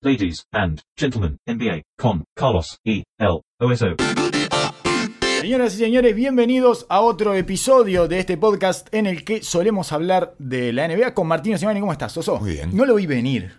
Ladies and gentlemen, NBA con Carlos E. L. OSO. Señoras y señores, bienvenidos a otro episodio de este podcast en el que solemos hablar de la NBA con Martino Simani. ¿Cómo estás, Oso? Muy bien. No lo vi venir,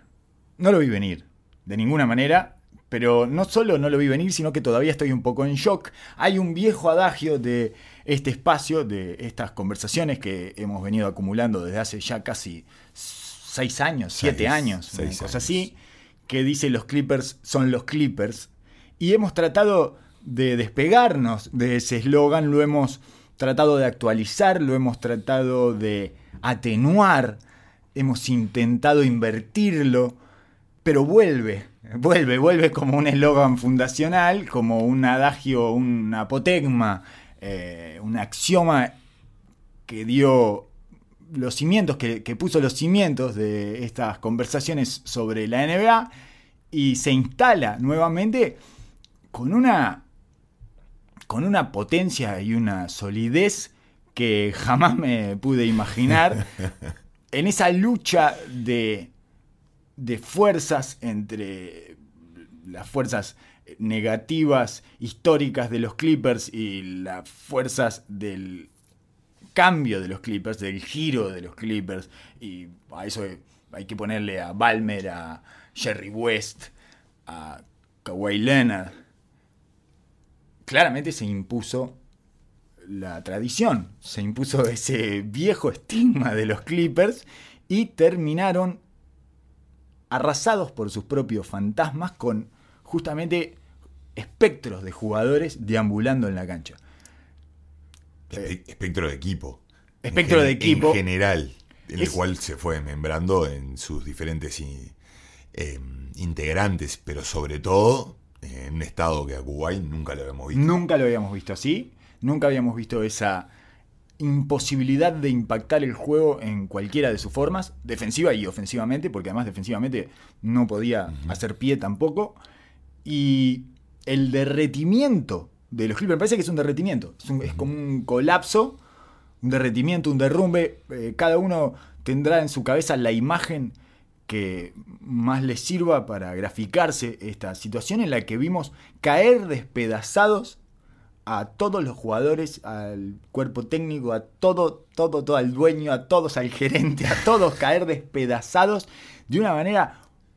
de ninguna manera, pero no solo no lo vi venir, sino que todavía estoy un poco en shock. Hay un viejo adagio de este espacio, de estas conversaciones que hemos venido acumulando desde hace ya casi 6 años, 7 años, una cosa así, que dice los Clippers son los Clippers, y hemos tratado de despegarnos de ese eslogan, lo hemos tratado de actualizar, lo hemos tratado de atenuar, hemos intentado invertirlo, pero vuelve como un eslogan fundacional, como un adagio, un apotegma, un axioma que dio los cimientos, que puso los cimientos de estas conversaciones sobre la NBA, y se instala nuevamente con una potencia y una solidez que jamás me pude imaginar en esa lucha de fuerzas entre las fuerzas negativas históricas de los Clippers y las fuerzas del cambio de los Clippers, del giro de los Clippers, y a eso hay que ponerle a Ballmer, a Jerry West, a Kawhi Leonard. Claramente se impuso la tradición, se impuso ese viejo estigma de los Clippers y terminaron arrasados por sus propios fantasmas, con justamente espectros de jugadores deambulando en la cancha. Espectro de equipo. Espectro de equipo. En general, en el cual se fue membrando en sus diferentes integrantes, pero sobre todo en un estado que a Kuwait nunca lo habíamos visto. Nunca lo habíamos visto así. Nunca habíamos visto esa imposibilidad de impactar el juego en cualquiera de sus formas, defensiva y ofensivamente, porque además defensivamente no podía hacer pie tampoco. Y el derretimiento de los Clippers, me parece que es un derretimiento, es como un colapso, un derretimiento, un derrumbe. Cada uno tendrá en su cabeza la imagen que más les sirva para graficarse esta situación en la que vimos caer despedazados a todos los jugadores, al cuerpo técnico, a todo al dueño, a todos, al gerente, a todos caer despedazados de una manera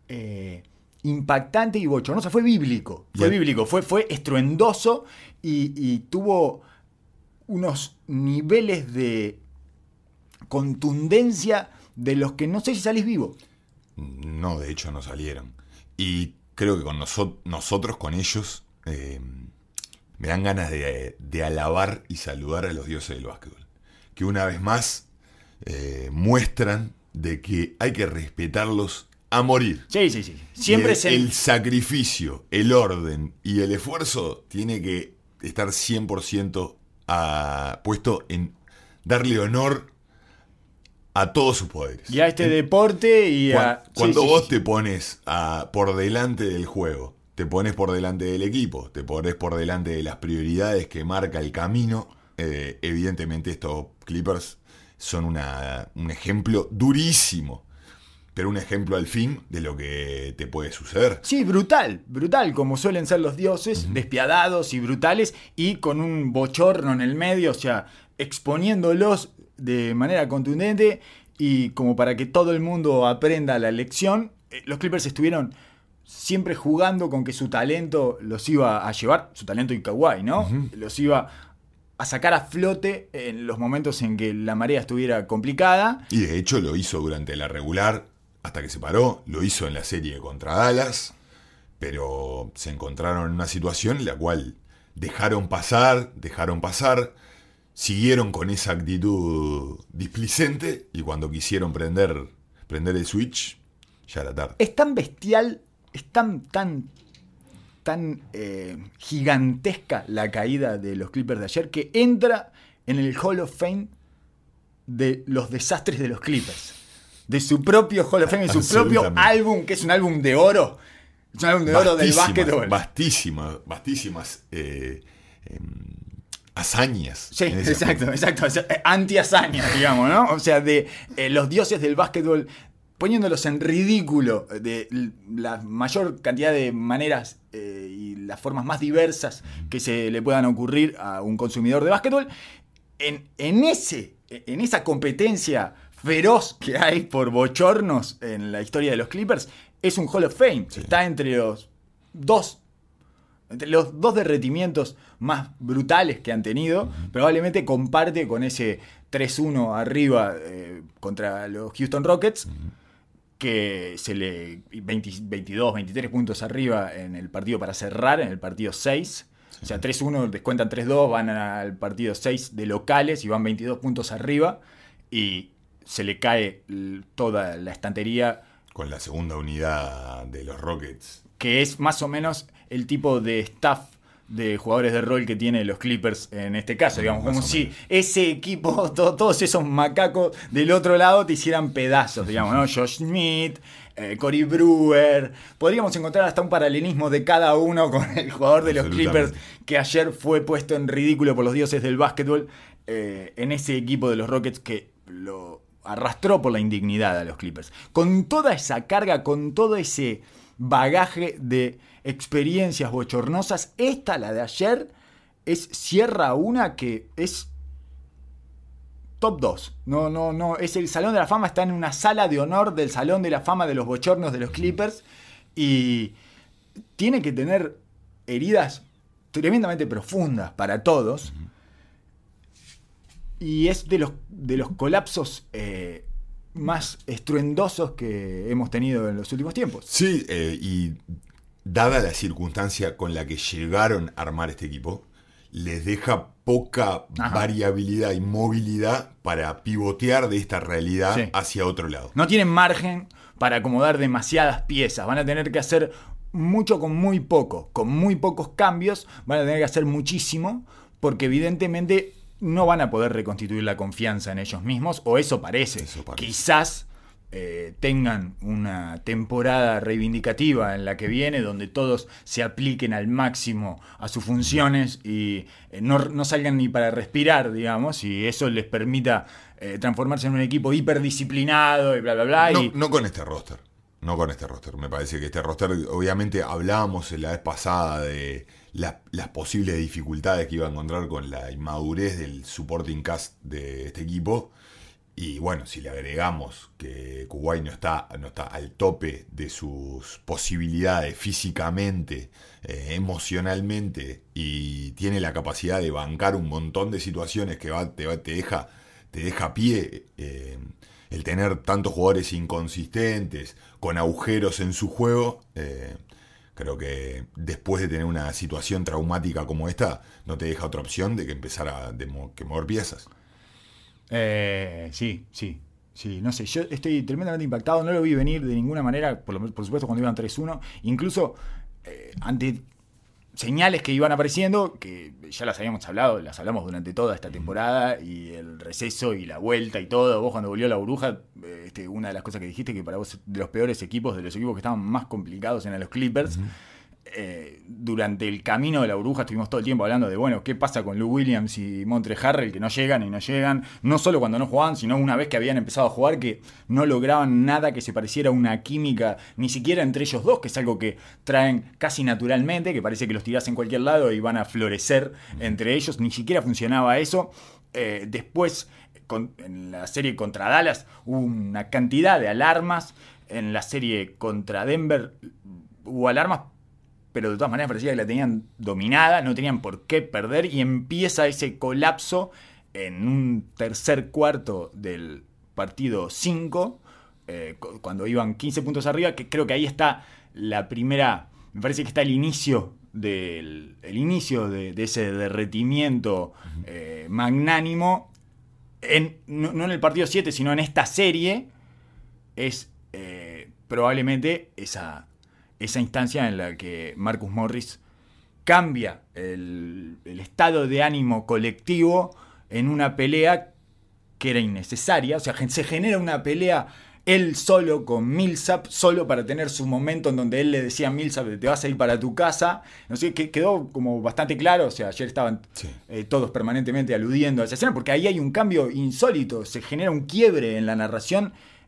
impactante y bochornosa. Fue bíblico, fue estruendoso y tuvo unos niveles de contundencia de los que no sé si salís vivo. No, de hecho no salieron. Y creo que con nosotros, con ellos, me dan ganas de alabar y saludar a los dioses del básquetbol, que una vez más muestran de que hay que respetarlos a morir. Sí. Siempre el sacrificio, el orden y el esfuerzo tiene que estar 100% puesto en darle honor a todos sus poderes. Y a este deporte y cuando vos te pones por delante del juego, te pones por delante del equipo, te pones por delante de las prioridades que marca el camino, evidentemente estos Clippers son un ejemplo durísimo, pero un ejemplo al fin de lo que te puede suceder. Sí, brutal, como suelen ser los dioses, despiadados y brutales, y con un bochorno en el medio, o sea, exponiéndolos de manera contundente, y como para que todo el mundo aprenda la lección. Los Clippers estuvieron siempre jugando con que su talento los iba a llevar, su talento y Kawhi, ¿no? Los iba a sacar a flote en los momentos en que la marea estuviera complicada. Y de hecho lo hizo durante la regular, hasta que se paró, lo hizo en la serie contra Dallas, pero se encontraron en una situación en la cual dejaron pasar, siguieron con esa actitud displicente, y cuando quisieron prender el switch, ya era tarde. Es tan bestial, es tan gigantesca la caída de los Clippers de ayer, que entra en el Hall of Fame de los desastres de los Clippers. De su propio Hall of Fame, de su propio álbum, que es un álbum de oro. Es un álbum de oro del básquetbol. Vastísimas hazañas. Sí, exacto. Anti-hazañas, digamos, ¿no? O sea, de los dioses del básquetbol poniéndolos en ridículo de la mayor cantidad de maneras y las formas más diversas que se le puedan ocurrir a un consumidor de básquetbol, en esa competencia feroz que hay por bochornos en la historia de los Clippers, es un Hall of Fame. Sí. Está entre los dos derretimientos más brutales que han tenido. Probablemente comparte con ese 3-1 arriba contra los Houston Rockets, que se le 22, 23 puntos arriba en el partido para cerrar, en el partido 6. Sí. O sea, 3-1, descuentan 3-2, van al partido 6 de locales y van 22 puntos arriba y se le cae toda la estantería. Con la segunda unidad de los Rockets. Que es más o menos el tipo de staff de jugadores de rol que tienen los Clippers en este caso, digamos, como si ese equipo, todos esos macacos del otro lado te hicieran pedazos, digamos, ¿no? Josh Smith, Corey Brewer, podríamos encontrar hasta un paralelismo de cada uno con el jugador de los Clippers que ayer fue puesto en ridículo por los dioses del básquetbol, en ese equipo de los Rockets que lo arrastró por la indignidad a los Clippers. Con toda esa carga, con todo ese bagaje de experiencias bochornosas, la de ayer, cierra una que es top 2. No, es el Salón de la Fama, está en una sala de honor del Salón de la Fama de los bochornos de los Clippers y tiene que tener heridas tremendamente profundas para todos. Y es de los colapsos más estruendosos que hemos tenido en los últimos tiempos. Sí, y dada la circunstancia con la que llegaron a armar este equipo, les deja poca variabilidad y movilidad para pivotear de esta realidad hacia otro lado. No tienen margen para acomodar demasiadas piezas. Van a tener que hacer mucho con muy poco. Con muy pocos cambios van a tener que hacer muchísimo, porque evidentemente no van a poder reconstituir la confianza en ellos mismos, o eso parece. Quizás tengan una temporada reivindicativa en la que viene, donde todos se apliquen al máximo a sus funciones y no salgan ni para respirar, digamos, y eso les permita transformarse en un equipo hiperdisciplinado y bla, bla, bla. No con este roster. No con este roster. Me parece que este roster, obviamente hablábamos la vez pasada de las posibles dificultades que iba a encontrar con la inmadurez del supporting cast de este equipo. Y bueno, si le agregamos que Kawhi no está al tope de sus posibilidades físicamente, emocionalmente, y tiene la capacidad de bancar un montón de situaciones que te deja a pie, el tener tantos jugadores inconsistentes, con agujeros en su juego, creo que después de tener una situación traumática como esta, no te deja otra opción de que empezar a mover piezas. Sí, no sé, yo estoy tremendamente impactado, no lo vi venir de ninguna manera, por supuesto cuando iban 3-1, incluso ante señales que iban apareciendo, que ya las hablamos durante toda esta temporada, y el receso y la vuelta y todo. Vos cuando volvió la burbuja, una de las cosas que dijiste, que para vos de los peores equipos, de los equipos que estaban más complicados, eran los Clippers. Durante el camino de la burbuja estuvimos todo el tiempo hablando de, bueno, qué pasa con Lou Williams y Montrezl Harrell, que no llegan, no solo cuando no jugaban, sino una vez que habían empezado a jugar, que no lograban nada que se pareciera a una química, ni siquiera entre ellos dos, que es algo que traen casi naturalmente, que parece que los tirás en cualquier lado y van a florecer entre ellos. Ni siquiera funcionaba eso. Después, en la serie contra Dallas, hubo una cantidad de alarmas. En la serie contra Denver hubo alarmas, pero de todas maneras parecía que la tenían dominada, no tenían por qué perder, y empieza ese colapso en un tercer cuarto del partido 5, cuando iban 15 puntos arriba, que creo que ahí está la primera, me parece que está el inicio de ese derretimiento magnánimo, no en el partido 7, sino en esta serie. Es probablemente esa instancia en la que Marcus Morris cambia el estado de ánimo colectivo en una pelea que era innecesaria. O sea, se genera una pelea él solo con Millsap, solo para tener su momento en donde él le decía a Millsap, te vas a ir para tu casa. No sé, quedó como bastante claro. O sea, ayer estaban todos permanentemente aludiendo a esa escena, porque ahí hay un cambio insólito, se genera un quiebre en la narración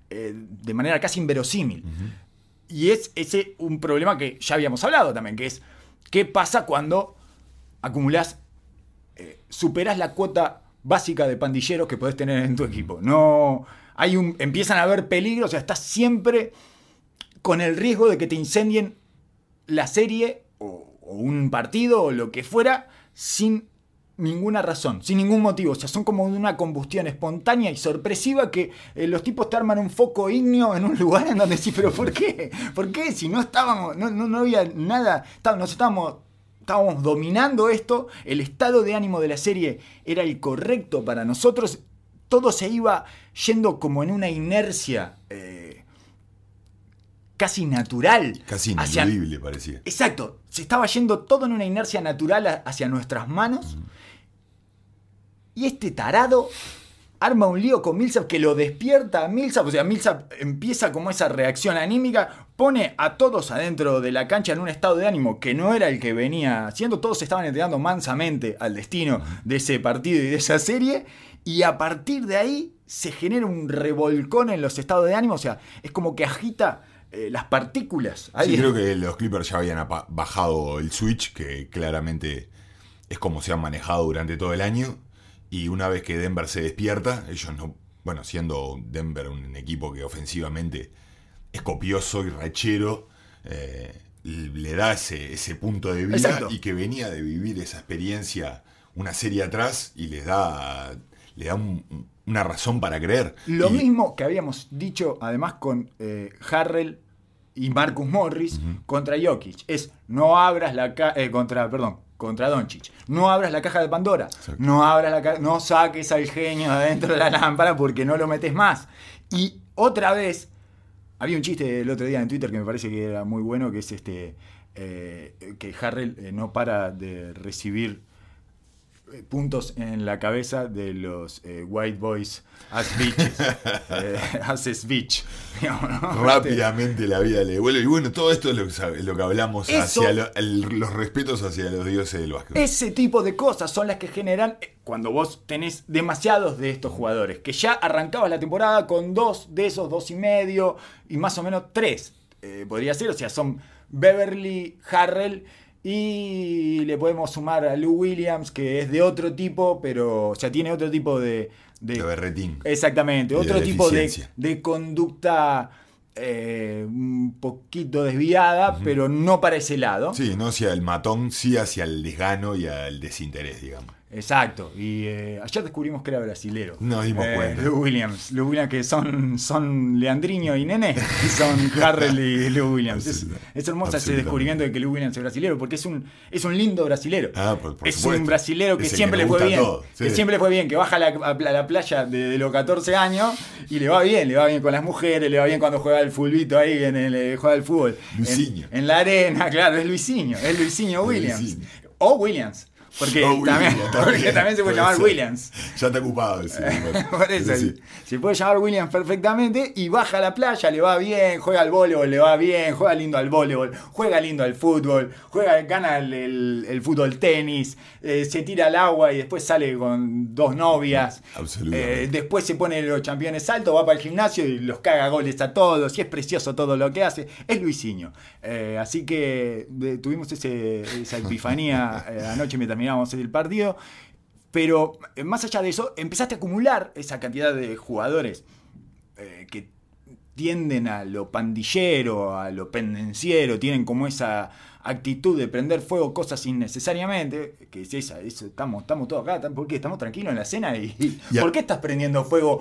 de manera casi inverosímil. Y es ese un problema que ya habíamos hablado también, que es qué pasa cuando acumulás, superás la cuota básica de pandilleros que podés tener en tu equipo. No, empiezan a haber peligros, o sea, estás siempre con el riesgo de que te incendien la serie o un partido o lo que fuera sin ninguna razón, sin ningún motivo. O sea, son como una combustión espontánea y sorpresiva que los tipos te arman un foco ígneo en un lugar en donde sí, pero ¿por qué? ¿Por qué? Si no estábamos, no había nada, estábamos dominando esto, el estado de ánimo de la serie era el correcto para nosotros, todo se iba yendo como en una inercia casi natural. Casi ineludible parecía. Exacto, se estaba yendo todo en una inercia natural hacia nuestras manos. Y este tarado arma un lío con Millsap que lo despierta a Millsap. O sea, Millsap empieza como esa reacción anímica, pone a todos adentro de la cancha en un estado de ánimo que no era el que venía haciendo. Todos se estaban entregando mansamente al destino de ese partido y de esa serie. Y a partir de ahí se genera un revolcón en los estados de ánimo. O sea, es como que agita las partículas. Sí, creo que los Clippers ya habían bajado el switch, que claramente es como se han manejado durante todo el año. Y una vez que Denver se despierta, ellos no, bueno, siendo Denver un equipo que ofensivamente es copioso y rachero, le da ese punto de vida. Exacto. Y que venía de vivir esa experiencia una serie atrás y le da una razón para creer. Lo mismo que habíamos dicho además con Harrell y Marcus Morris contra Jokic, es no abras contra Doncic. No abras la caja de Pandora. Exacto. No saques al genio adentro de la lámpara porque no lo metes más. Y otra vez, había un chiste el otro día en Twitter que me parece que era muy bueno, que es que Harrell no para de recibir puntos en la cabeza de los white boys as bitches, as bitch, digamos, ¿no? Rápidamente la vida le devuelve. Y bueno, todo esto es lo que hablamos hacia los respetos hacia los dioses del básquet. Ese tipo de cosas son las que generan cuando vos tenés demasiados de estos jugadores, que ya arrancabas la temporada con 2 de esos, 2.5 y más o menos 3 podría ser. O sea, son Beverly, Harrell, y le podemos sumar a Lou Williams, que es de otro tipo, pero ya tiene otro tipo de berretín. Exactamente, otro tipo de conducta un poquito desviada, pero no para ese lado. Sí, no hacia el matón, sí hacia el desgano y al desinterés, digamos. Exacto, y ayer descubrimos que era brasilero. Nos dimos cuenta. Lou Williams, que son Leandrinho y Nené, y son Harrell y Lou Williams. Es hermoso ese descubrimiento de que Lou Williams es brasilero, porque es un lindo brasilero. Por es supuesto. Un brasilero que siempre le fue bien. Que siempre le fue bien, que baja a la playa de los 14 años y le va bien con las mujeres, le va bien cuando juega el fulbito ahí, juega el fútbol. Luisinho. En la arena, claro, es Luisinho Williams. O Williams. Porque también se puede llamar Williams. Ya está ocupado. Por eso, se puede llamar Williams perfectamente y baja a la playa, le va bien, juega al voleibol, le va bien, juega lindo al voleibol, juega lindo al fútbol, gana el fútbol tenis, se tira al agua y después sale con 2 novias. Absolutamente. Después se pone los campeones altos, va para el gimnasio y los caga goles a todos. Y es precioso todo lo que hace. Es Luisinho. Así que tuvimos esa epifanía anoche mientras mirábamos el partido, pero más allá de eso empezaste a acumular esa cantidad de jugadores que tienden a lo pandillero, a lo pendenciero, tienen como esa actitud de prender fuego cosas innecesariamente, que es eso estamos todos acá, ¿por qué? Estamos tranquilos en la cena y ¿por qué estás prendiendo fuego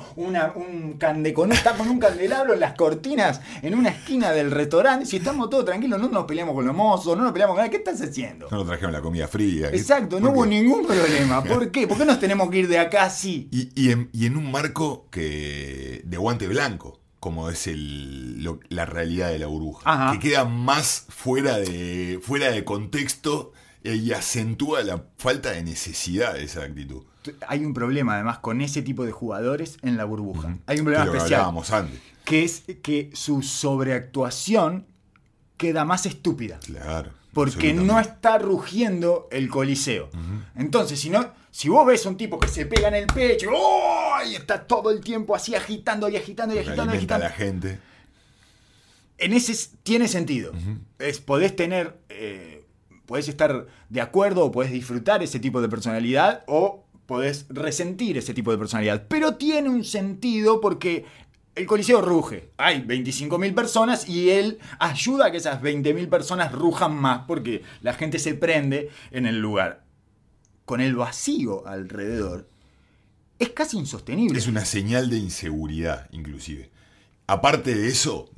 está con un candelabro en las cortinas en una esquina del restaurante? Si estamos todos tranquilos, no nos peleamos con los mozos, no nos peleamos con nada, ¿qué estás haciendo? No nos trajeron la comida fría. Exacto, no hubo ningún problema. ¿Por qué? ¿Por qué nos tenemos que ir de acá así? Y en un marco de guante blanco, como es la realidad de la burbuja. Ajá. Que queda más fuera de contexto y acentúa la falta de necesidad de esa actitud. Hay un problema además con ese tipo de jugadores en la burbuja. Hay un problema especial. Hablábamos antes. Que es que su sobreactuación queda más estúpida. Claro. Porque no está rugiendo el Coliseo. Entonces, si vos ves un tipo que se pega en el pecho, ¡oh! Y está todo el tiempo así agitando y agitando y agitando. Alimenta a la gente. En ese tiene sentido. Podés tener, podés estar de acuerdo o podés disfrutar ese tipo de personalidad o podés resentir ese tipo de personalidad. Pero tiene un sentido porque el Coliseo ruge. Hay 25.000 personas y él ayuda a que esas 20.000 personas rujan más porque la gente se prende en el lugar. Con el vacío alrededor, es casi insostenible. Es una señal de inseguridad, inclusive. Aparte de eso,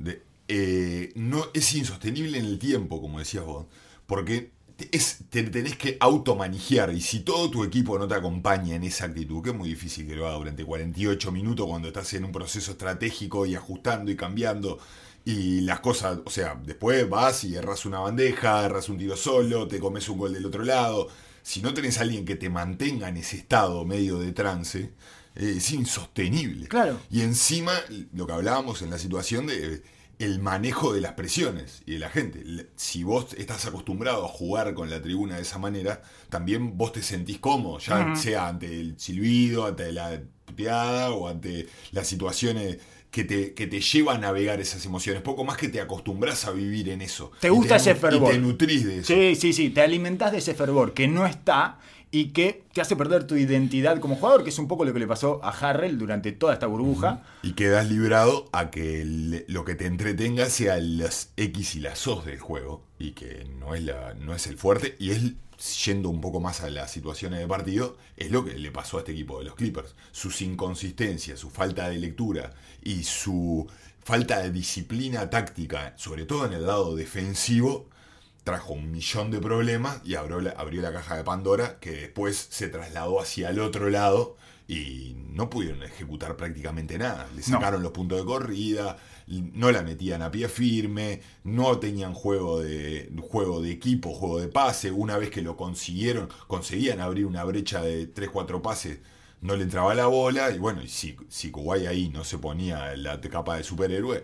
no es insostenible en el tiempo, como decías vos, porque te tenés que automanijear, y si todo tu equipo no te acompaña en esa actitud, que es muy difícil que lo haga durante 48 minutos cuando estás en un proceso estratégico y ajustando y cambiando, y las cosas, o sea, después vas y erras una bandeja, erras un tiro solo, te comes un gol del otro lado. Si no tenés a alguien que te mantenga en ese estado medio de trance, es insostenible. Claro. Y encima, lo que hablábamos en la situación de el manejo de las presiones y de la gente. Si vos estás acostumbrado a jugar con la tribuna de esa manera, también vos te sentís cómodo, ya sea ante el silbido, ante la puteada o ante las situaciones que te lleva a navegar esas emociones. Poco más que te acostumbras a vivir en eso. Te gusta ese fervor. Y te nutrís de eso. Sí, te alimentás de ese fervor que no está y que te hace perder tu identidad como jugador, que es un poco lo que le pasó a Harrell durante toda esta burbuja. Y quedas librado a que lo que te entretenga sea las X y las O's del juego, y que no es el fuerte, y es, yendo un poco más a las situaciones de partido, es lo que le pasó a este equipo de los Clippers. Sus inconsistencias, su falta de lectura y su falta de disciplina táctica, sobre todo en el lado defensivo, trajo 1.000.000 de problemas y abrió la caja de Pandora, que después se trasladó hacia el otro lado y no pudieron ejecutar prácticamente nada. Le sacaron los puntos de corrida, no la metían a pie firme, no tenían juego de equipo, juego de pase. Una vez que lo conseguían abrir una brecha de 3-4 pases, no le entraba la bola. Y bueno, si Kawhi ahí no se ponía la capa de superhéroe,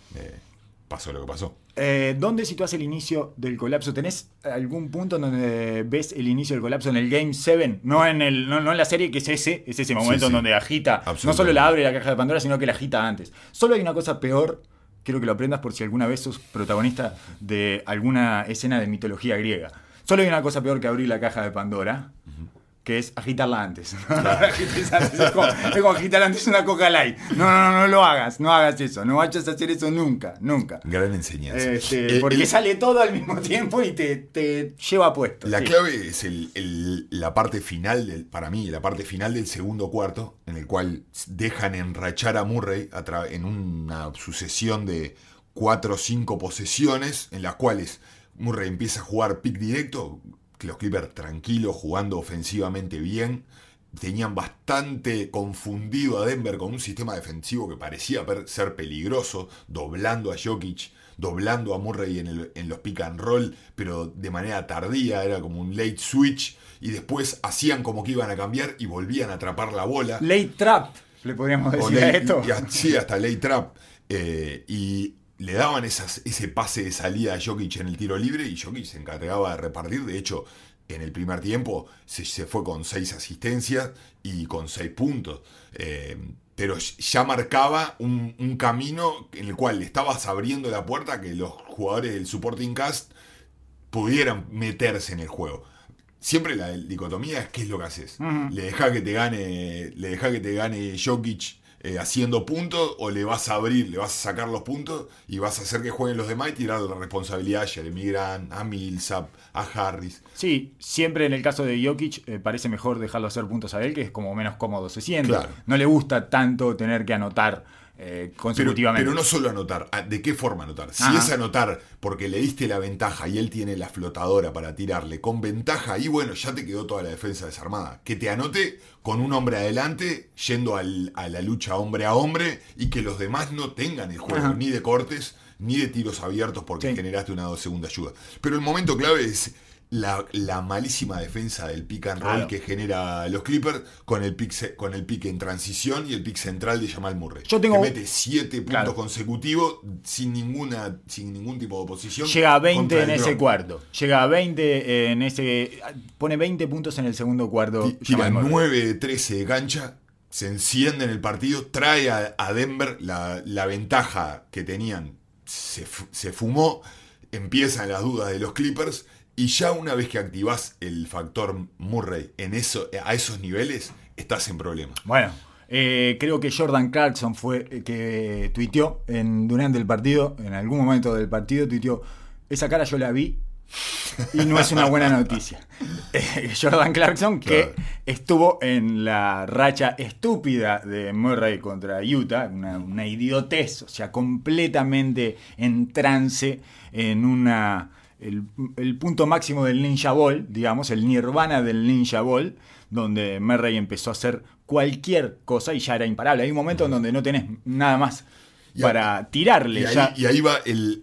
pasó lo que pasó. ¿Dónde situás el inicio del colapso? ¿Tenés algún punto en donde ves el inicio del colapso en el Game 7? No en la serie, que es ese momento en donde agita. No solo la abre la caja de Pandora, sino que la agita antes. Solo hay una cosa peor, quiero que lo aprendas por si alguna vez sos protagonista de alguna escena de mitología griega. Solo hay una cosa peor que abrir la caja de Pandora, que es agitarla antes. Claro. Es como agitar antes una Coca Light. No lo hagas, no hagas eso. No vayas a hacer eso nunca. Gran enseñanza. Porque sale todo al mismo tiempo y te lleva puesto. La clave es la parte final, para mí, la parte final del segundo cuarto, en el cual dejan enrachar a Murray en una sucesión de 4 o 5 posesiones, en las cuales Murray empieza a jugar pick directo. Los Clippers tranquilos, jugando ofensivamente bien. Tenían bastante confundido a Denver con un sistema defensivo que parecía ser peligroso, doblando a Jokic, doblando a Murray en los pick and roll, pero de manera tardía, era como un late switch, y después hacían como que iban a cambiar y volvían a atrapar la bola. Late trap, le podríamos decir a esto. Sí, hasta late trap. Y le daban ese pase de salida a Jokic en el tiro libre, y Jokic se encargaba de repartir. De hecho, en el primer tiempo se fue con 6 asistencias y con 6 puntos. Pero ya marcaba un camino en el cual le estabas abriendo la puerta a que los jugadores del supporting cast pudieran meterse en el juego. Siempre la dicotomía es qué es lo que haces. Le dejás que te gane Jokic haciendo puntos, o le vas a abrir, le vas a sacar los puntos y vas a hacer que jueguen los demás y tirar la responsabilidad a Jeremy Grant, a Millsap, a Harris. Sí, siempre en el caso de Jokic parece mejor dejarlo hacer puntos a él, que es como menos cómodo se siente. Claro. No le gusta tanto tener que anotar consecutivamente. Pero no solo anotar, ¿de qué forma anotar? Si es anotar porque le diste la ventaja y él tiene la flotadora para tirarle con ventaja, y bueno, ya te quedó toda la defensa desarmada. Que te anote con un hombre adelante, yendo a la lucha hombre a hombre, y que los demás no tengan el juego, ni de cortes, ni de tiros abiertos porque generaste una segunda ayuda. Pero el momento clave es la malísima defensa del pick and roll Claro. que genera los Clippers con el pick en transición y el pick central de Jamal Murray. Yo tengo- que mete 7 puntos Claro. consecutivos sin ningún tipo de oposición. Llega a 20 contra en el ese drop. cuarto. Llega a 20 en ese. Pone 20 puntos en el segundo cuarto. Tira Jamal Murray. 9 de 13 de cancha, se enciende en el partido, trae a Denver la ventaja que tenían, se fumó, empiezan las dudas de los Clippers y ya una vez que activás el factor Murray a esos niveles, estás en problemas. Bueno, creo que Jordan Clarkson fue el que tuiteó durante el partido, en algún momento del partido, tuiteó: esa cara yo la vi y no es una buena noticia. Jordan Clarkson, Claro. que estuvo en la racha estúpida de Murray contra Utah, una idiotez, o sea, completamente en trance, en el punto máximo del Ninja Ball, digamos, el nirvana del Ninja Ball, donde Murray empezó a hacer cualquier cosa y ya era imparable. Hay un momento en donde no tenés nada más para tirarle. Y ahí va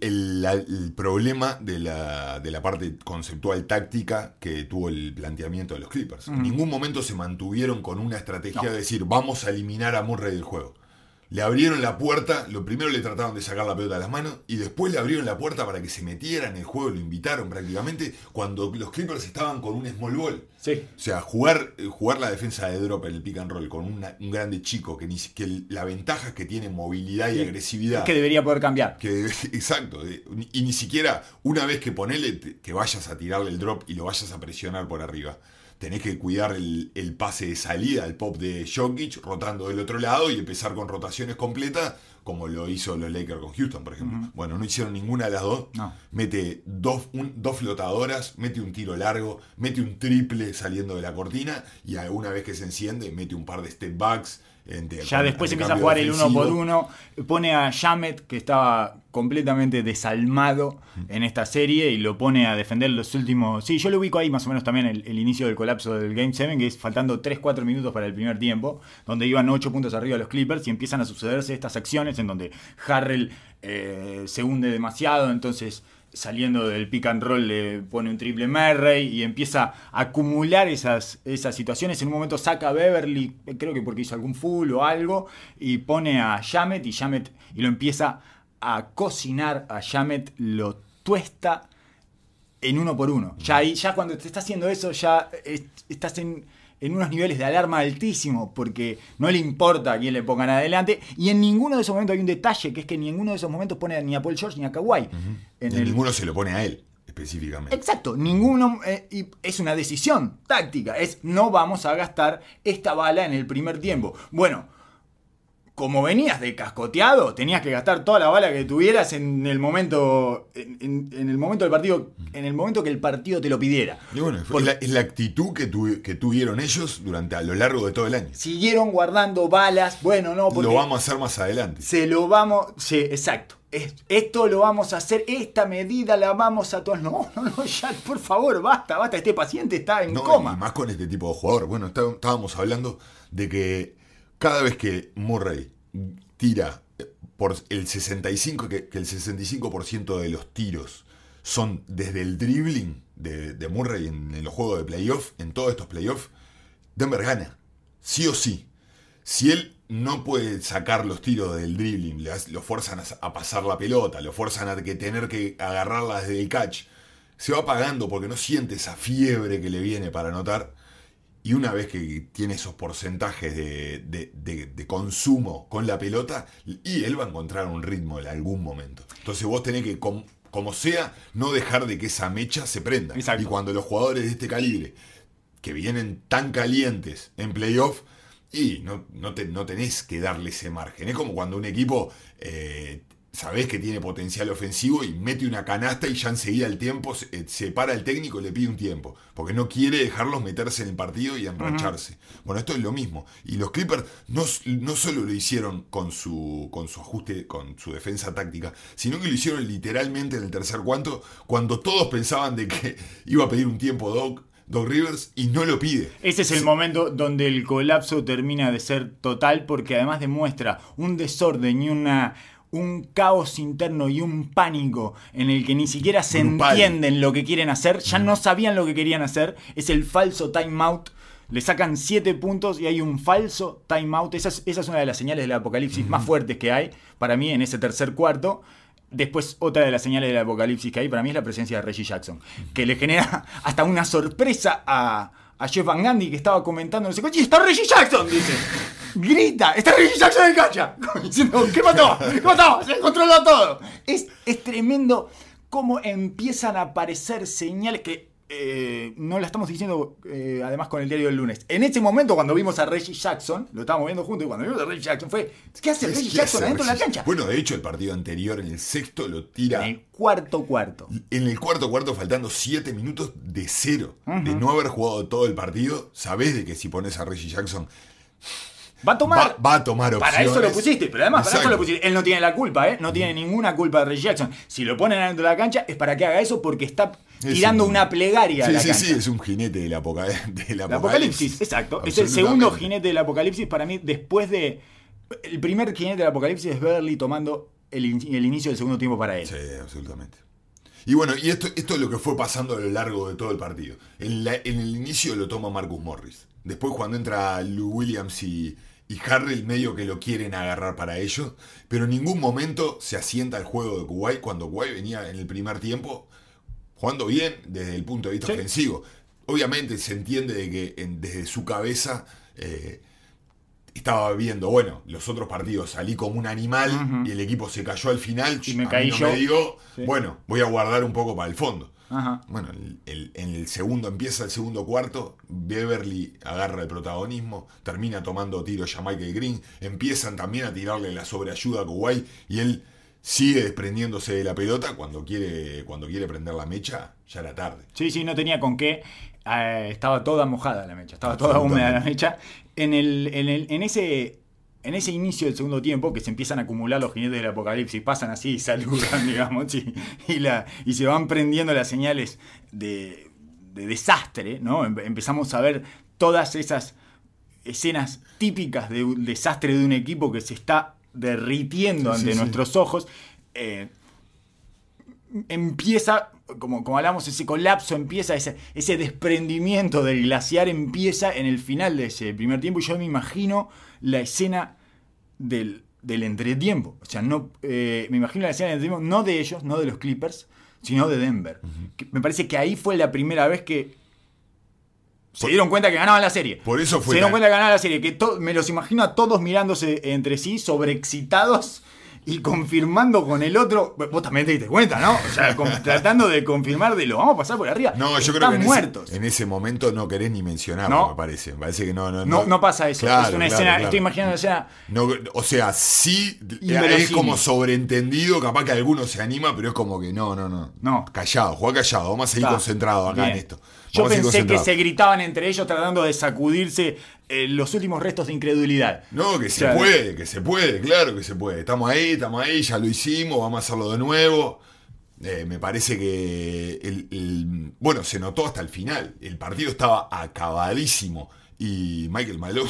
el problema de la parte conceptual táctica que tuvo el planteamiento de los Clippers. En ningún momento se mantuvieron con una estrategia de decir vamos a eliminar a Murray del juego. Le abrieron la puerta, lo primero le trataron de sacar la pelota de las manos y después le abrieron la puerta para que se metiera en el juego, lo invitaron prácticamente cuando los Clippers estaban con un small ball. Sí. O sea, jugar la defensa de drop en el pick and roll con un grande chico que la ventaja es que tiene movilidad y agresividad. Que debería poder cambiar. Exacto. Y ni siquiera una vez que que vayas a tirarle el drop y lo vayas a presionar por arriba. Tenés que cuidar el pase de salida, el pop de Jokic, rotando del otro lado y empezar con rotaciones completas, como lo hizo los Lakers con Houston, por ejemplo. Bueno, no hicieron ninguna de las dos. No. Mete dos flotadoras, mete un tiro largo, mete un triple saliendo de la cortina y una vez que se enciende, mete un par de step backs. Ya después empieza a jugar el 1 por 1, pone a Shamet, que estaba completamente desalmado en esta serie, y lo pone a defender los últimos... Sí, yo lo ubico ahí más o menos también el inicio del colapso del Game 7, que es faltando 3-4 minutos para el primer tiempo, donde iban 8 puntos arriba los Clippers y empiezan a sucederse estas acciones en donde Harrell se hunde demasiado, entonces... saliendo del pick and roll le pone un triple Murray y empieza a acumular esas situaciones. En un momento saca a Beverly, creo que porque hizo algún full o algo, y pone a Shamet y lo empieza a cocinar. A Shamet lo tuesta en 1 por 1. Ya cuando te está haciendo eso, ya estás en unos niveles de alarma altísimo, porque no le importa a quién le pongan adelante, y en ninguno de esos momentos hay un detalle, que es que en ninguno de esos momentos pone ni a Paul George ni a Kawhi. Ninguno se lo pone a él, específicamente. Exacto, ninguno, y es una decisión táctica, no vamos a gastar esta bala en el primer tiempo. Bueno, como venías de cascoteado, tenías que gastar toda la bala que tuvieras en el momento en el momento del partido, en el momento que el partido te lo pidiera. Y bueno, es la actitud que tuvieron ellos a lo largo de todo el año. Siguieron guardando balas, bueno, no, porque lo vamos a hacer más adelante. Sí, exacto. Esto lo vamos a hacer, esta medida la vamos a tomar. No, ya, por favor, basta, este paciente está en coma. Y más con este tipo de jugador. Bueno, estábamos hablando de que cada vez que Murray tira por el 65%, que el 65% de los tiros son desde el dribbling de Murray en los juegos de playoff, en todos estos playoffs, Denver gana, sí o sí. Si él no puede sacar los tiros del dribbling, lo fuerzan a pasar la pelota, lo fuerzan a tener que agarrarla desde el catch, se va apagando porque no siente esa fiebre que le viene para anotar. Y una vez que tiene esos porcentajes de consumo con la pelota, y él va a encontrar un ritmo en algún momento. Entonces vos tenés que, como sea, no dejar de que esa mecha se prenda. Exacto. Y cuando los jugadores de este calibre, que vienen tan calientes en playoff, y no tenés que darle ese margen. Es como cuando un equipo sabés que tiene potencial ofensivo y mete una canasta y ya enseguida el tiempo se para el técnico y le pide un tiempo, porque no quiere dejarlos meterse en el partido y enrancharse. Bueno, esto es lo mismo. Y los Clippers no solo lo hicieron con su ajuste, con su defensa táctica, sino que lo hicieron literalmente en el tercer cuarto, cuando todos pensaban de que iba a pedir un tiempo Doc Rivers, y no lo pide. Ese es el momento donde el colapso termina de ser total, porque además demuestra un desorden y un caos interno y un pánico en el que ni siquiera se Grupal. entienden lo que quieren hacer, ya no sabían lo que querían hacer, es el falso timeout. Le sacan 7 puntos y hay un falso timeout. Esa es una de las señales del apocalipsis más fuertes que hay para mí en ese tercer cuarto. Después, otra de las señales del apocalipsis que hay para mí es la presencia de Reggie Jackson, que le genera hasta una sorpresa a Jeff Van Gundy, que estaba comentando, no sé qué, ¡y está Reggie Jackson! Dice. Grita, está Reggie Jackson en cancha. Diciendo, ¿qué mató? ¿Qué mató? Se controló todo. Es tremendo cómo empiezan a aparecer señales que no la estamos diciendo además con el diario del lunes. En ese momento, cuando vimos a Reggie Jackson, lo estábamos viendo juntos, y cuando vimos a Reggie Jackson fue, ¿qué hace Reggie Jackson adentro de la cancha? Bueno, de hecho, el partido anterior, en el sexto, lo tira. En el cuarto cuarto. En el cuarto cuarto, faltando 7 minutos de cero. De no haber jugado todo el partido, sabés de que si pones a Reggie Jackson Va a tomar, va a tomar opciones. Para eso lo pusiste, pero además para eso Exacto. lo pusiste. Él no tiene la culpa, ¿eh? No tiene ninguna culpa de Reggie Jackson. Si lo ponen adentro de la cancha es para que haga eso porque está tirando una plegaria a la cancha. Sí, es un jinete del El apocalipsis, exacto. Es el segundo jinete del apocalipsis para mí después de... El primer jinete del apocalipsis es Beverly tomando el inicio del segundo tiempo para él. Sí, absolutamente. Y bueno, y esto es lo que fue pasando a lo largo de todo el partido. En el inicio lo toma Marcus Morris. Después cuando entra Lou Williams y Harrell, medio que lo quieren agarrar para ellos. Pero en ningún momento se asienta el juego de Kuwait cuando Kuwait venía en el primer tiempo jugando bien desde el punto de vista ofensivo. Obviamente se entiende de que desde su cabeza estaba viendo, bueno, los otros partidos salí como un animal y el equipo se cayó al final. Y me caí yo. Me digo, bueno, voy a guardar un poco para el fondo. Ajá. Bueno, en el segundo, empieza el segundo cuarto, Beverly agarra el protagonismo, termina tomando tiros ya Michael Green, empiezan también a tirarle la sobreayuda a Kuwait y él sigue desprendiéndose de la pelota cuando quiere prender la mecha, ya era tarde. Sí, no tenía con qué. Estaba toda mojada la mecha, estaba toda húmeda la mecha. En ese inicio del segundo tiempo, que se empiezan a acumular los jinetes del apocalipsis, pasan así y saludan, digamos, y se van prendiendo las señales de desastre, ¿no? Empezamos a ver todas esas escenas típicas de un desastre de un equipo que se está derritiendo ante nuestros ojos. Empieza, como hablamos, ese colapso, empieza ese desprendimiento del glaciar, empieza en el final de ese primer tiempo, y yo me imagino la escena del entretiempo. O sea, me imagino la escena del entretiempo, no de ellos, no de los Clippers, sino de Denver. Me parece que ahí fue la primera vez que se dieron cuenta que ganaban la serie. Por eso fue. Se dieron cuenta que ganaban la serie. Que me los imagino a todos mirándose entre sí, sobreexcitados y confirmando con el otro. Vos también te diste cuenta, ¿no? O sea, tratando de confirmar de lo vamos a pasar por arriba. No, yo Están creo que muertos. en ese momento no querés ni mencionarlo, ¿No? me parece. Me parece que no. No pasa eso. Claro, es una claro, escena. claro. Estoy imaginando una escena. No, o sea, sí, Inverosímil. es como sobreentendido, capaz que alguno se anima, pero es como que no. Callado, juega callado, vamos a seguir concentrados acá Bien. en esto. Yo Vamos a seguir pensé que concentrados. se gritaban entre ellos tratando de sacudirse los últimos restos de incredulidad. No, que O sea, se puede, claro que se puede. Estamos ahí, ya lo hicimos, vamos a hacerlo de nuevo. Me parece que bueno, se notó hasta el final. El partido estaba acabadísimo. Y Mike Malone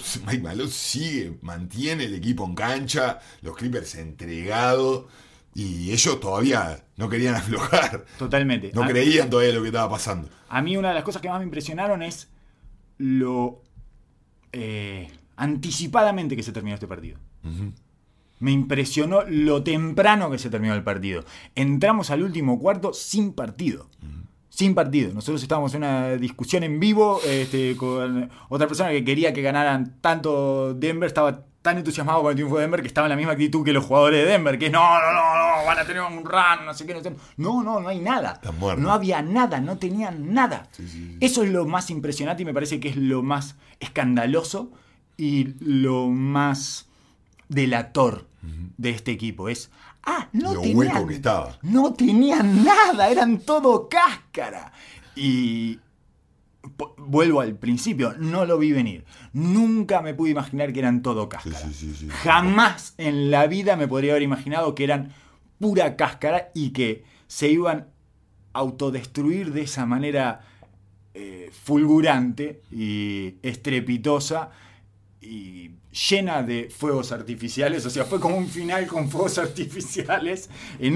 mantiene el equipo en cancha, los Clippers entregados. Y ellos todavía no querían aflojar. Totalmente. No creían todavía lo que estaba pasando. A mí una de las cosas que más me impresionaron es lo anticipadamente que se terminó este partido. Me impresionó lo temprano que se terminó el partido. Entramos al último cuarto sin partido. Sin partido. Nosotros estábamos en una discusión en vivo con otra persona que quería que ganaran tanto Denver. Estaba tan entusiasmado con el triunfo de Denver que estaba en la misma actitud que los jugadores de Denver, que es no, van a tener un run, no sé qué, no sé. No hay nada. No había nada, no tenían nada. Sí. Eso es lo más impresionante y me parece que es lo más escandaloso y lo más delator de este equipo. Es, lo hueco que estaba. No tenían nada, eran todo cáscara. Y vuelvo al principio, no lo vi venir. Nunca me pude imaginar que eran todo cáscara. Sí. Jamás en la vida me podría haber imaginado que eran pura cáscara y que se iban a autodestruir de esa manera fulgurante y estrepitosa. y llena de fuegos artificiales. O sea, fue como un final con fuegos artificiales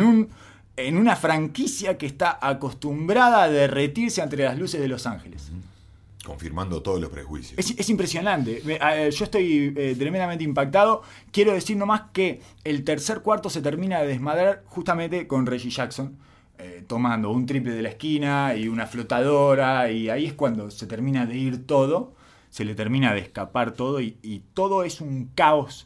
en una franquicia que está acostumbrada a derretirse ante las luces de Los Ángeles. Confirmando todos los prejuicios. Es impresionante. Yo estoy tremendamente impactado. Quiero decir nomás que el tercer cuarto se termina de desmadrar justamente con Reggie Jackson, tomando un triple de la esquina y una flotadora, y ahí es cuando se termina de ir todo, se le termina de escapar todo, y todo es un caos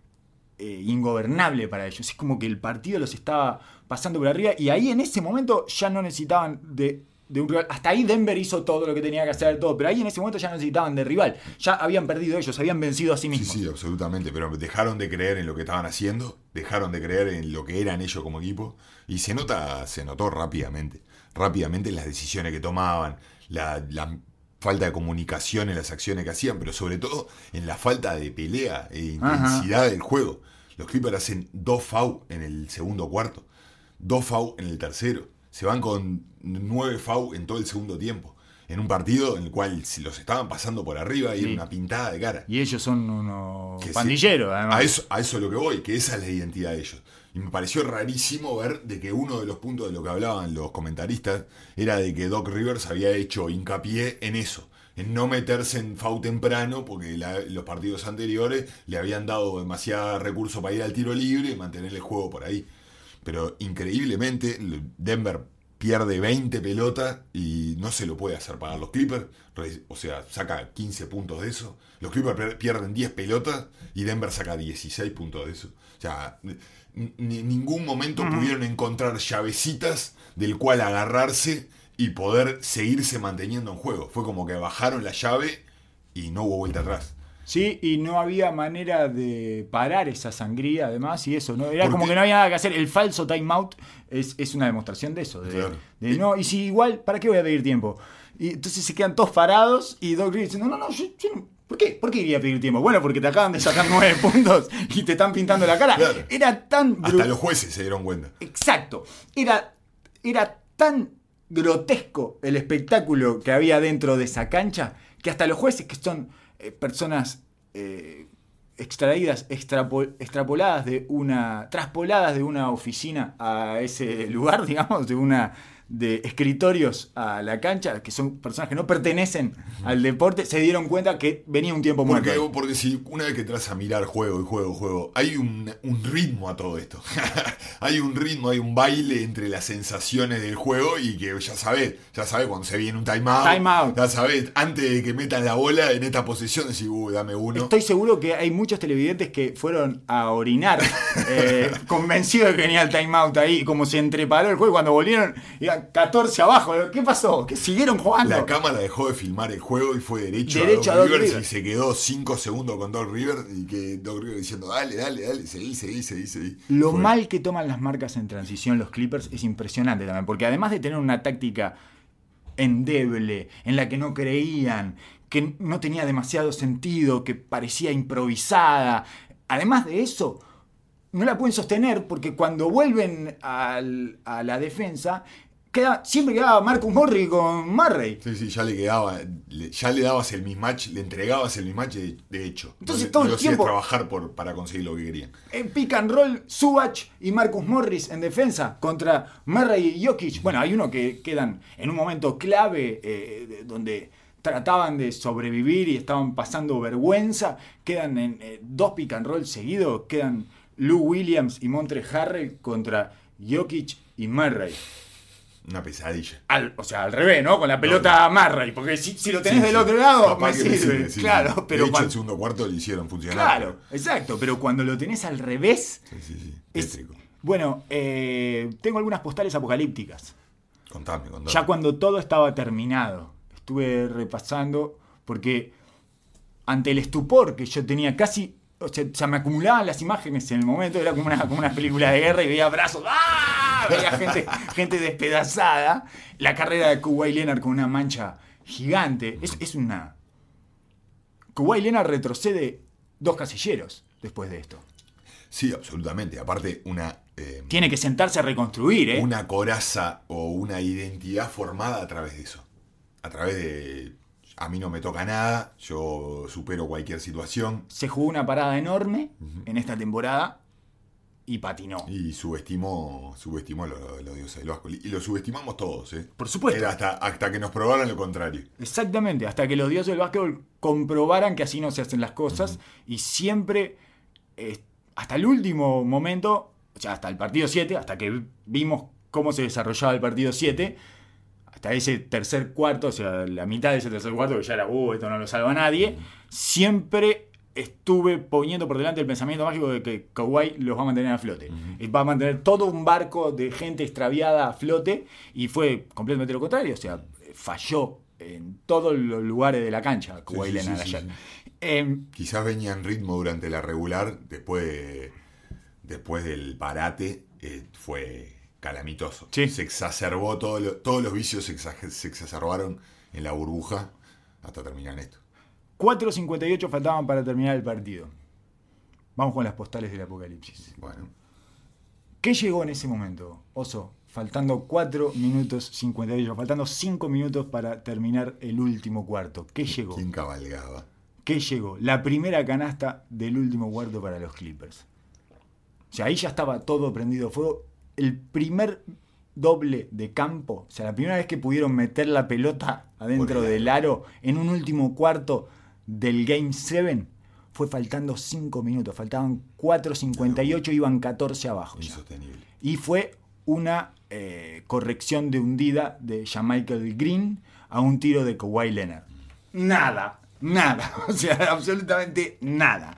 ingobernable para ellos. Es como que el partido los estaba pasando por arriba, y ahí en ese momento ya no necesitaban de un rival. Hasta ahí Denver hizo todo lo que tenía que hacer, todo, pero ahí en ese momento ya no necesitaban de rival. Ya habían perdido ellos, habían vencido a sí mismos. Sí, absolutamente, pero dejaron de creer en lo que estaban haciendo, dejaron de creer en lo que eran ellos como equipo, y se notó rápidamente en las decisiones que tomaban, la falta de comunicación en las acciones que hacían, pero sobre todo en la falta de pelea e intensidad del juego. Los Clippers hacen 2 fouls en el segundo cuarto, 2 fouls en el tercero. Se van con 9 fouls en todo el segundo tiempo. En un partido en el cual se los estaban pasando por arriba y era una pintada de cara. Y ellos son unos pandilleros, además. A eso es lo que voy, que esa es la identidad de ellos. Y me pareció rarísimo ver de que uno de los puntos de lo que hablaban los comentaristas era de que Doc Rivers había hecho hincapié en eso, en no meterse en foul temprano, porque los partidos anteriores le habían dado demasiado recurso para ir al tiro libre y mantener el juego por ahí. Pero increíblemente Denver pierde 20 pelotas y no se lo puede hacer pagar los Clippers. O sea, saca 15 puntos de eso. Los Clippers pierden 10 pelotas y Denver saca 16 puntos de eso. O sea, ningún momento pudieron encontrar llavecitas del cual agarrarse y poder seguirse manteniendo en juego. Fue como que bajaron la llave y no hubo vuelta atrás. Sí, y no había manera de parar esa sangría, además, y eso, ¿no? Era como que no había nada que hacer. El falso timeout es una demostración de eso. Claro. No, y si igual, ¿para qué voy a pedir tiempo? Y entonces se quedan todos parados y Doc Rivers dice, no, yo no. ¿Por qué? ¿Por qué iría a pedir tiempo? Bueno, porque te acaban de sacar 9 puntos y te están pintando la cara. Claro. Era tan... Hasta los jueces se dieron cuenta. Exacto. Era tan grotesco el espectáculo que había dentro de esa cancha que hasta los jueces, que son personas extraídas, traspoladas de una oficina a ese lugar, digamos, de escritorios a la cancha, que son personas que no pertenecen al deporte, se dieron cuenta que venía un tiempo muerto. Porque si una vez que entras a mirar juego, hay un ritmo a todo esto. Hay un ritmo, hay un baile entre las sensaciones del juego y que ya sabés cuando se viene un timeout. Ya sabés, antes de que metan la bola en esta posición, decís, dame uno. Estoy seguro que hay muchos televidentes que fueron a orinar convencidos de que venía el timeout ahí, como se entreparó el juego, y cuando volvieron iban 14 abajo. ¿Qué pasó? ¿Que siguieron jugando? La cámara dejó de filmar el juego y fue derecho a Doc Rivers y se quedó 5 segundos con Doc Rivers y que Doc Rivers diciendo, dale, seguí. Lo mal que toman las marcas en transición los Clippers es impresionante también, porque además de tener una táctica endeble, en la que no creían, que no tenía demasiado sentido, que parecía improvisada, además de eso, no la pueden sostener porque cuando vuelven a la defensa, siempre quedaba Marcus Morris con Murray. Sí, ya le dabas el mismatch, le entregabas el mismatch de hecho. Entonces todo el tiempo trabajar para conseguir lo que querían. En pick and roll, Zubac y Marcus Morris en defensa contra Murray y Jokic. Bueno, hay uno que quedan en un momento clave donde trataban de sobrevivir y estaban pasando vergüenza. Quedan en 2 pick and roll seguidos. Quedan Lou Williams y Montre Harrell contra Jokic y Murray. Una pesadilla. Al revés, ¿no? Con la pelota a Murray. Porque si lo tenés del otro lado, me sirve. Claro, pero de hecho, el segundo cuarto lo hicieron funcionar. Claro, exacto. Pero cuando lo tenés al revés. Sí. Tétrico. Bueno, tengo algunas postales apocalípticas. Contame. Ya cuando todo estaba terminado. Estuve repasando. Porque ante el estupor que yo tenía casi. O sea, me acumulaban las imágenes en el momento, era como una película de guerra y veía brazos, veía gente despedazada. La carrera de Kawhi Leonard con una mancha gigante. Kawhi Leonard retrocede 2 casilleros después de esto. Sí, absolutamente. Aparte, tiene que sentarse a reconstruir, una coraza o una identidad formada a través de eso. A través de a mí no me toca nada, yo supero cualquier situación. Se jugó una parada enorme en esta temporada y patinó. Y subestimó los dioses del básquetbol. Y lo subestimamos todos, ¿eh? Por supuesto. Era hasta que nos probaran lo contrario. Exactamente, hasta que los dioses del básquetbol comprobaran que así no se hacen las cosas. Y siempre, hasta el último momento, o sea, hasta el partido 7, hasta que vimos cómo se desarrollaba el partido 7, hasta ese tercer cuarto, o sea, la mitad de ese tercer cuarto, que ya era, esto no lo salva a nadie, siempre estuve poniendo por delante el pensamiento mágico de que Kawhi los va a mantener a flote. Va a mantener todo un barco de gente extraviada a flote, y fue completamente lo contrario. O sea, falló en todos los lugares de la cancha Kawhi Leonard ayer. Quizás venía en ritmo durante la regular, después del parate fue calamitoso. Sí. Se exacerbó, todos los vicios se exacerbaron en la burbuja hasta terminar en esto. 4:58 faltaban para terminar el partido. Vamos con las postales del apocalipsis. Bueno. ¿Qué llegó en ese momento, Oso? Faltando 4 minutos 58, faltando 5 minutos para terminar el último cuarto. ¿Qué llegó? ¿Quién cabalgaba? ¿Qué llegó? La primera canasta del último cuarto para los Clippers. O sea, ahí ya estaba todo prendido fuego. El primer doble de campo, o sea, la primera vez que pudieron meter la pelota adentro del aro en un último cuarto del Game 7, fue faltando 5 minutos. Faltaban 4:58, iban 14 abajo. Insostenible. Y fue una corrección de hundida de Jamichael Green a un tiro de Kawhi Leonard. Nada. O sea, absolutamente nada.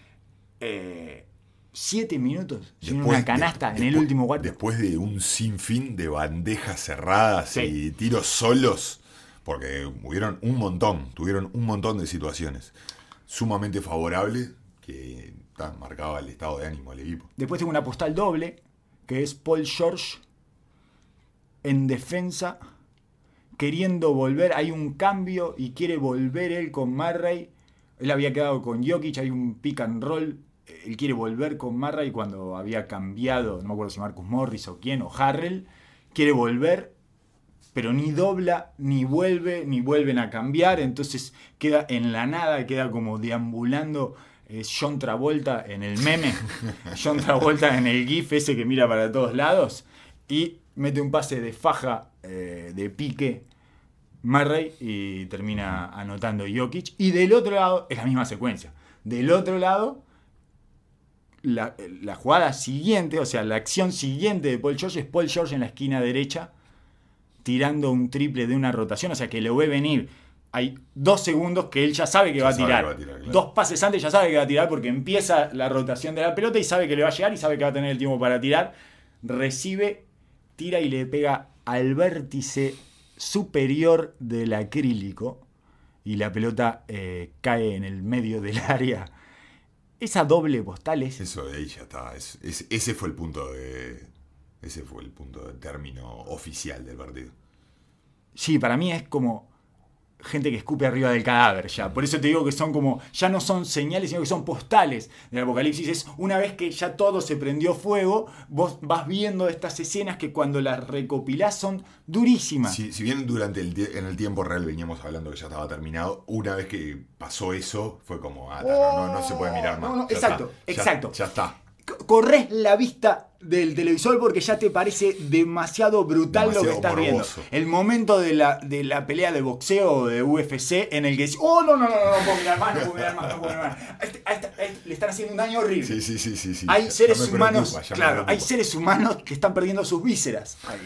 7 minutos sin una canasta en el último cuarto. Después de un sinfín de bandejas cerradas y tiros solos, porque tuvieron un montón de situaciones sumamente favorables que marcaba el estado de ánimo del equipo. Después tengo una postal doble, que es Paul George en defensa, queriendo volver. Hay un cambio y quiere volver él con Murray. Él había quedado con Jokic, hay un pick and roll. Él quiere volver con Murray cuando había cambiado, no me acuerdo si Marcus Morris o quién, o Harrell. Quiere volver, pero ni dobla, ni vuelven a cambiar. Entonces queda en la nada, queda como deambulando John Travolta en el meme. John Travolta en el GIF ese que mira para todos lados. Y mete un pase de faja, de pique, Murray, y termina anotando Jokic. Y del otro lado, es la misma secuencia. Del otro lado, la jugada siguiente, o sea, la acción siguiente de Paul George es Paul George en la esquina derecha tirando un triple de una rotación, o sea, que lo ve venir. Hay 2 segundos que él ya sabe que va a tirar. Claro. 2 pases antes ya sabe que va a tirar porque empieza la rotación de la pelota y sabe que le va a llegar y sabe que va a tener el tiempo para tirar. Recibe, tira y le pega al vértice superior del acrílico y la pelota cae en el medio del área. Esa doble postal es... Eso de ahí ya está. Ese fue el punto de término oficial del partido. Sí, para mí es como gente que escupe arriba del cadáver ya. Por eso te digo que son como, ya no son señales, sino que son postales del apocalipsis. Es una vez que ya todo se prendió fuego, vos vas viendo estas escenas que cuando las recopilás son durísimas. Si bien en el tiempo real veníamos hablando que ya estaba terminado, una vez que pasó eso, fue como, no se puede mirar más. Exacto. Ya está. Corres la vista del televisor porque ya te parece demasiado brutal lo que estás morboso. viendo. El momento de la pelea de boxeo de UFC en el que dices, no puedo mirar más. A este le están haciendo un daño horrible. Sí. Hay seres humanos, hay seres humanos que están perdiendo sus vísceras ahí.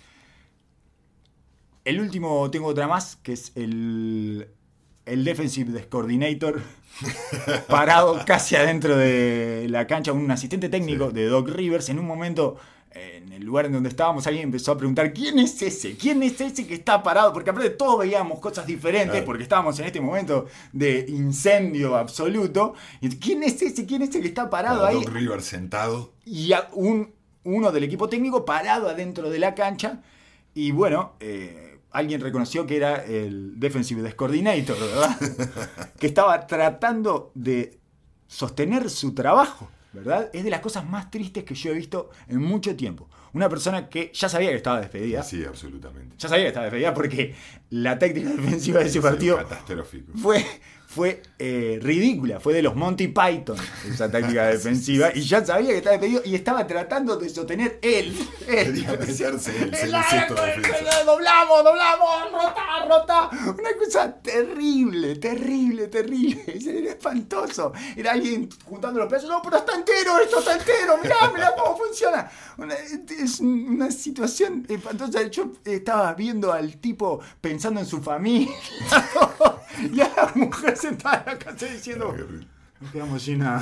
El último, tengo otra más, que es el defensive coordinator parado casi adentro de la cancha, un asistente técnico de Doc Rivers. En un momento, en el lugar en donde estábamos, alguien empezó a preguntar ¿quién es ese que está parado? Porque aparte todos veíamos cosas diferentes, porque estábamos en este momento de incendio absoluto. ¿Quién es ese que está parado ahí? Doc Rivers sentado Y uno del equipo técnico parado adentro de la cancha. Y bueno, alguien reconoció que era el defensive coordinator, ¿verdad? Que estaba tratando de sostener su trabajo. ¿verdad? Es de las cosas más tristes que yo he visto en mucho tiempo. Una persona que ya sabía que estaba despedida. Sí, absolutamente. Ya sabía que estaba despedida porque la táctica defensiva de ese Sí, partido catastrófico. fue ridícula. Fue de los Monty Python, esa táctica defensiva. Y ya sabía que estaba despedido y estaba tratando de sostener él. Quería meterse el cesto de defensa. Doblamos, rota. Una cosa terrible. Era espantoso. Era alguien juntando los pedazos. No, pero está entero, esto está entero. Mirá cómo funciona. Es una situación espantosa. Yo estaba viendo al tipo pensando en su familia. Y a la mujer sentada en la casa diciendo: nos quedamos sin nada.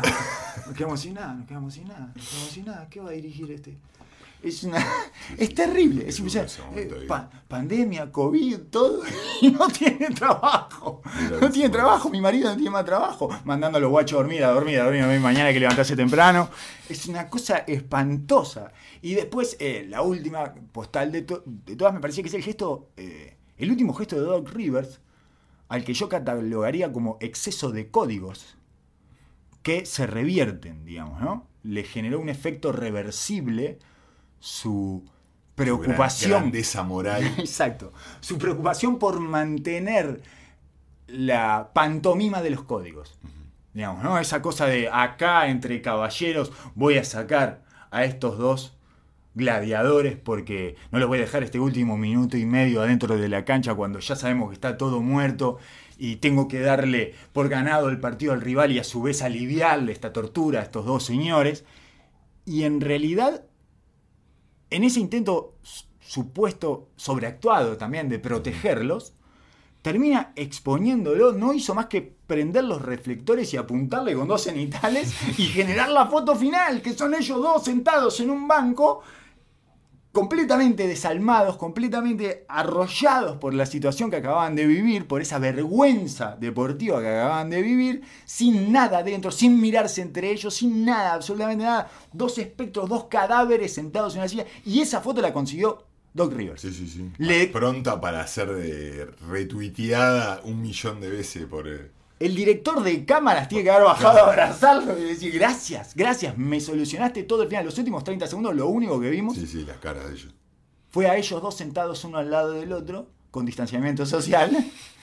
¿Qué va a dirigir este? Es terrible. Es pandemia, COVID, todo. Y no tiene trabajo. Mi marido no tiene más trabajo. Mandando a los guachos a dormir. Mañana hay que levantarse temprano. Es una cosa espantosa. Y después, la última postal de todas me parecía que es el gesto, el último gesto de Doc Rivers, al que yo catalogaría como exceso de códigos que se revierten, digamos, ¿no? Le generó un efecto reversible su preocupación. Grandeza moral. Exacto. Su preocupación por mantener la pantomima de los códigos. Digamos, ¿no? Esa cosa de acá entre caballeros voy a sacar a estos dos gladiadores porque no los voy a dejar este último minuto y medio adentro de la cancha cuando ya sabemos que está todo muerto y tengo que darle por ganado el partido al rival y a su vez aliviarle esta tortura a estos dos señores. Y en realidad, en ese intento supuesto sobreactuado también de protegerlos, termina exponiéndolo, no hizo más que prender los reflectores y apuntarle con dos cenitales y generar la foto final, que son ellos dos sentados en un banco, completamente desalmados, completamente arrollados por la situación que acababan de vivir, por esa vergüenza deportiva que acababan de vivir, sin nada dentro, sin mirarse entre ellos, sin nada, absolutamente nada. Dos espectros, dos cadáveres sentados en una silla, y esa foto la consiguió Doc Rivers. Sí. Pronta para ser retuiteada 1.000.000 de veces por... El director de cámaras tiene que haber bajado a abrazarlo y decir: gracias, me solucionaste todo el final. Los últimos 30 segundos, lo único que vimos Sí, las caras de ellos. fue a ellos dos sentados uno al lado del otro, con distanciamiento social.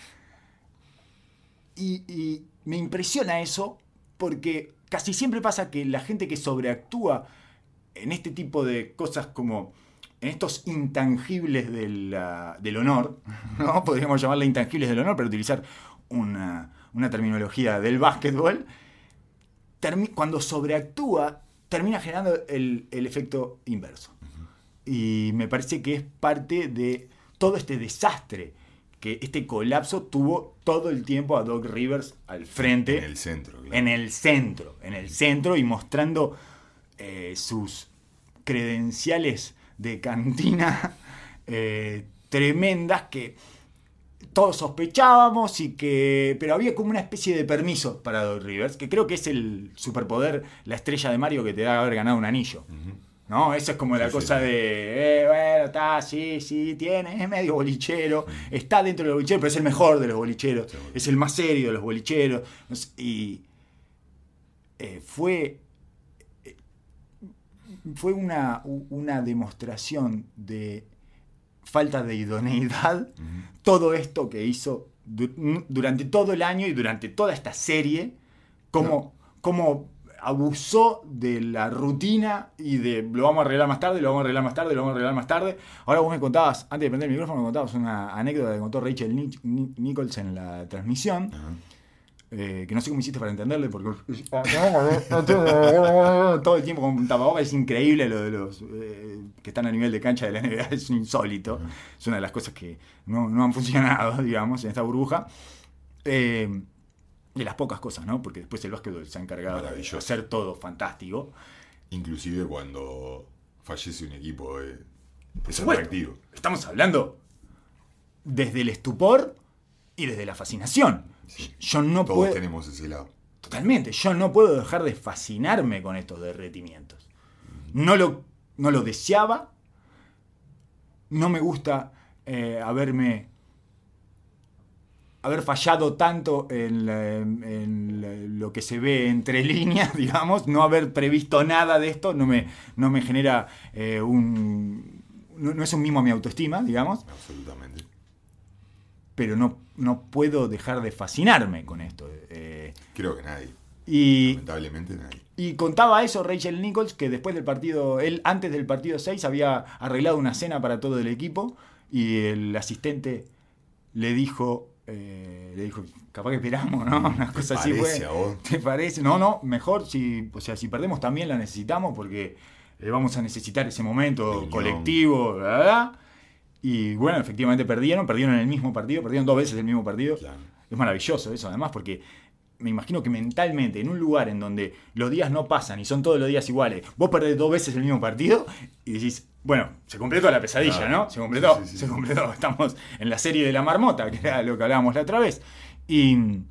Y me impresiona eso, porque casi siempre pasa que la gente que sobreactúa en este tipo de cosas, como en estos intangibles del honor, ¿no? Podríamos llamarle intangibles del honor, pero utilizar una terminología del básquetbol, cuando sobreactúa, termina generando el efecto inverso. Y me parece que es parte de todo este desastre, que este colapso tuvo todo el tiempo a Doc Rivers al frente. En el centro. Claro. En el centro y mostrando sus credenciales de cantina tremendas que todos sospechábamos, pero había como una especie de permiso para Doc Rivers, que creo que es el superpoder, la estrella de Mario que te da haber ganado un anillo. ¿No? Eso es como la cosa de, bueno, está, sí, tiene, es medio bolichero, está dentro del bolichero, pero es el mejor de los bolicheros, es el más serio de los bolicheros. Y fue una demostración de falta de idoneidad todo esto que hizo durante todo el año y durante toda esta serie, como abusó de la rutina y de lo vamos a arreglar más tarde. Ahora vos me contabas, antes de prender el micrófono, me contabas una anécdota que contó Rachel Nichols en la transmisión, que no sé cómo hiciste para entenderle, porque todo el tiempo con tapabocas. Es increíble lo de los que están a nivel de cancha de la NBA, es insólito. Es una de las cosas que no han funcionado, digamos, en esta burbuja. De las pocas cosas, ¿no? Porque después el básquetbol se ha encargado de hacer todo fantástico. Inclusive cuando fallece un equipo es Bueno, atractivo. estamos hablando desde el estupor y desde la fascinación. Sí. Yo no Todos puedo... tenemos ese lado. Totalmente. Yo no puedo dejar de fascinarme con estos derretimientos. No lo deseaba. No me gusta haberme haber fallado tanto lo que se ve entre líneas, digamos, no haber previsto nada de esto, no me genera no es un mimo a mi autoestima, digamos. Absolutamente. Pero no puedo dejar de fascinarme con esto. Creo que nadie. Lamentablemente nadie. Y contaba eso Rachel Nichols, que después del partido, él antes del partido 6 había arreglado una cena para todo el equipo y el asistente le dijo, capaz que esperamos, ¿no? Una cosa así. ¿Te parece? No, mejor si perdemos también la necesitamos porque vamos a necesitar ese momento colectivo, ¿verdad? Y bueno, efectivamente perdieron en el mismo partido, perdieron 2 veces el mismo partido. Claro. Es maravilloso eso, además, porque me imagino que mentalmente, en un lugar en donde los días no pasan y son todos los días iguales, vos perdés 2 veces el mismo partido y decís, bueno, se completó la pesadilla, claro. ¿No? Se completó, sí. Estamos en la serie de la marmota, que era lo que hablábamos la otra vez. Y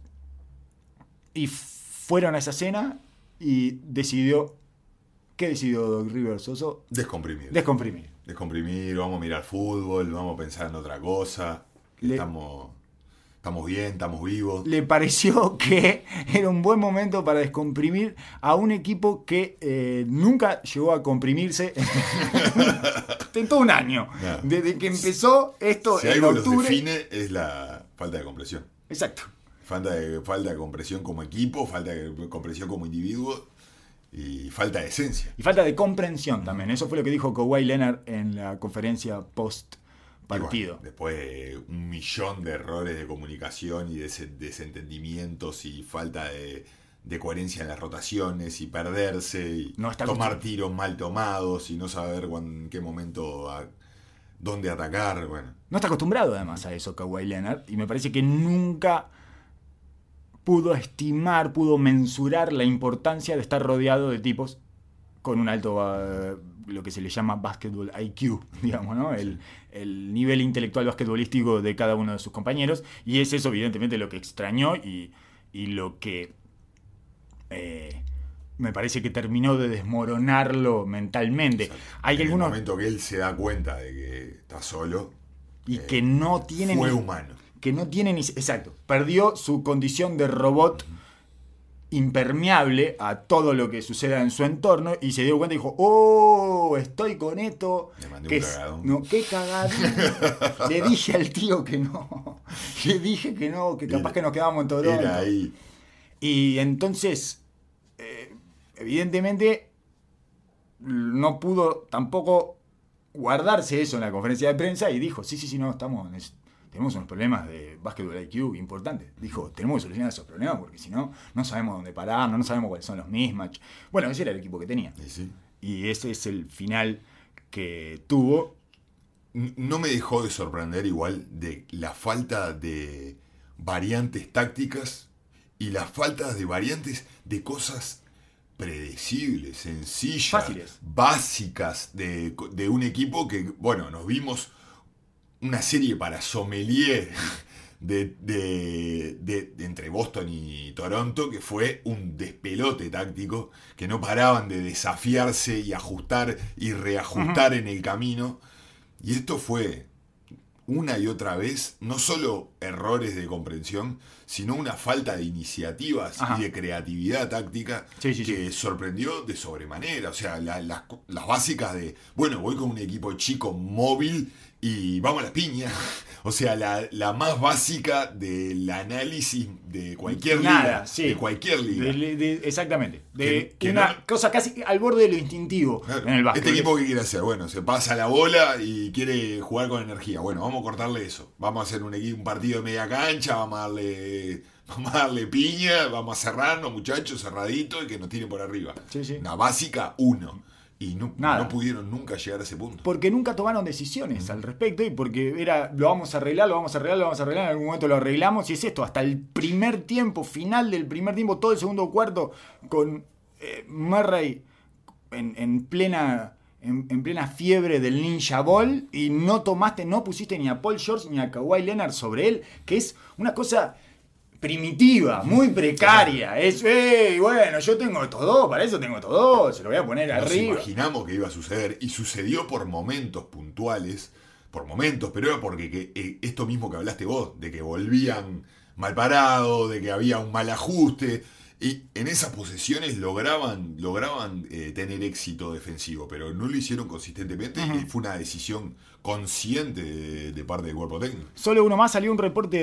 fueron a esa cena y ¿qué decidió Doc Rivers, Oso? Descomprimir, vamos a mirar fútbol, vamos a pensar en otra cosa. Estamos bien, estamos vivos. Le pareció que era un buen momento para descomprimir a un equipo que nunca llegó a comprimirse en todo un año. Nada. Desde que empezó esto en octubre. Si algo los define es la falta de compresión. Exacto. Falta de compresión como equipo, falta de compresión como individuo. Y falta de esencia. Y falta de comprensión también. Eso fue lo que dijo Kawhi Leonard en la conferencia post partido. Bueno, después de 1.000.000 de errores de comunicación y de desentendimientos y falta de coherencia en las rotaciones y perderse y tomar tiros mal tomados y no saber en qué momento dónde atacar. Bueno. No está acostumbrado además a eso Kawhi Leonard y me parece que nunca pudo mensurar la importancia de estar rodeado de tipos con un alto, lo que se le llama basketball IQ, digamos, ¿no? El nivel intelectual basquetbolístico de cada uno de sus compañeros, y es eso evidentemente lo que extrañó y lo que me parece que terminó de desmoronarlo mentalmente. En el momento que él se da cuenta de que está solo y que no tiene fue humano. Que no tiene ni... Exacto. Perdió su condición de robot impermeable a todo lo que suceda en su entorno y se dio cuenta y dijo, estoy con esto. Le mandé un cagadón. No, qué cagadón. Le dije al tío que no. Le dije que no, que capaz que nos quedábamos en Toronto. Era ahí. Y entonces, evidentemente, no pudo tampoco guardarse eso en la conferencia de prensa y dijo, sí, no, tenemos unos problemas de basketball IQ importantes. Dijo, tenemos que solucionar esos problemas porque si no, no sabemos dónde pararnos, no sabemos cuáles son los mismatch. Bueno, ese era el equipo que tenía. Sí. Y ese es el final que tuvo. No me dejó de sorprender igual de la falta de variantes tácticas y la falta de variantes de cosas predecibles, sencillas, fáciles, básicas de un equipo que, bueno, nos vimos una serie para sommelier de entre Boston y Toronto que fue un despelote táctico, que no paraban de desafiarse y ajustar y reajustar en el camino, y esto fue una y otra vez no solo errores de comprensión, sino una falta de iniciativas y de creatividad táctica que sorprendió de sobremanera. O sea, las básicas de, bueno, voy con un equipo chico móvil y vamos a las piñas. O sea, la más básica del análisis de cualquier liga. Sí. De cualquier liga. Exactamente. De una cosa casi al borde de lo instintivo, claro, en el básquet. Este equipo, ¿qué quiere hacer? Bueno, se pasa la bola y quiere jugar con energía. Bueno, vamos a cortarle eso. Vamos a hacer un partido de media cancha, vamos a darle piña, vamos a cerrarnos, muchachos, cerradito y que nos tiren por arriba. Sí. Una básica, 1. Y no pudieron nunca llegar a ese punto. Porque nunca tomaron decisiones al respecto y porque era, lo vamos a arreglar, en algún momento lo arreglamos y es esto, hasta el primer tiempo, final del primer tiempo, todo el segundo cuarto, con Murray en plena fiebre del Ninja Ball y no pusiste ni a Paul George ni a Kawhi Leonard sobre él, que es una cosa primitiva, muy precaria. Es, bueno, yo tengo todo, para eso tengo todo, se lo voy a poner arriba. Nos imaginamos que iba a suceder y sucedió por momentos puntuales por momentos, pero era porque esto mismo que hablaste vos, de que volvían mal parados, de que había un mal ajuste, y en esas posesiones lograban tener éxito defensivo, pero no lo hicieron consistentemente, y fue una decisión consciente de parte del cuerpo técnico. Solo uno más, salió un reporte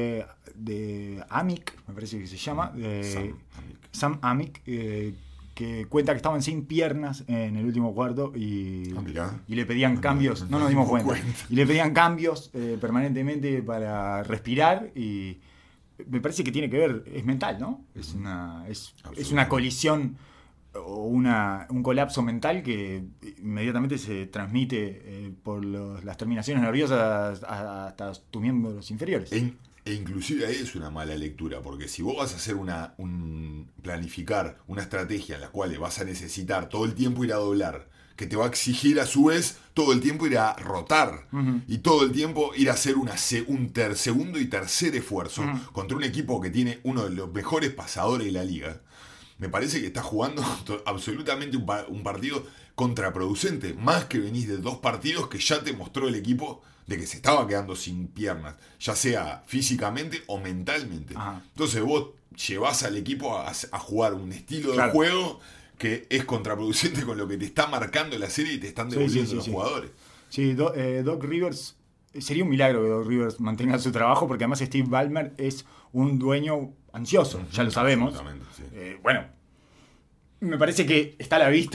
de Amick, me parece que se llama, de Sam Amick, que cuenta que estaban sin piernas en el último cuarto y le pedían cambios, no nos dimos cuenta, y le pedían cambios permanentemente para respirar, y me parece que tiene que ver, es mental, ¿no? Es una colisión o un colapso mental que inmediatamente se transmite por las terminaciones nerviosas hasta tus miembros inferiores. E inclusive ahí es una mala lectura, porque si vos vas a hacer planificar una estrategia en la cual vas a necesitar todo el tiempo ir a doblar, que te va a exigir a su vez todo el tiempo ir a rotar, y todo el tiempo ir a hacer un segundo y tercer esfuerzo contra un equipo que tiene uno de los mejores pasadores de la liga, me parece que estás jugando absolutamente un partido contraproducente, más que venís de 2 partidos que ya te mostró el equipo de que se estaba quedando sin piernas, ya sea físicamente o mentalmente. Entonces vos llevás al equipo a jugar un estilo de juego que es contraproducente con lo que te está marcando la serie y te están devolviendo los jugadores. Sí, Doc Rivers, sería un milagro que Doc Rivers mantenga su trabajo, porque además Steve Ballmer es un dueño ansioso, ya lo sabemos. Sí. Bueno, me parece que está a la vista.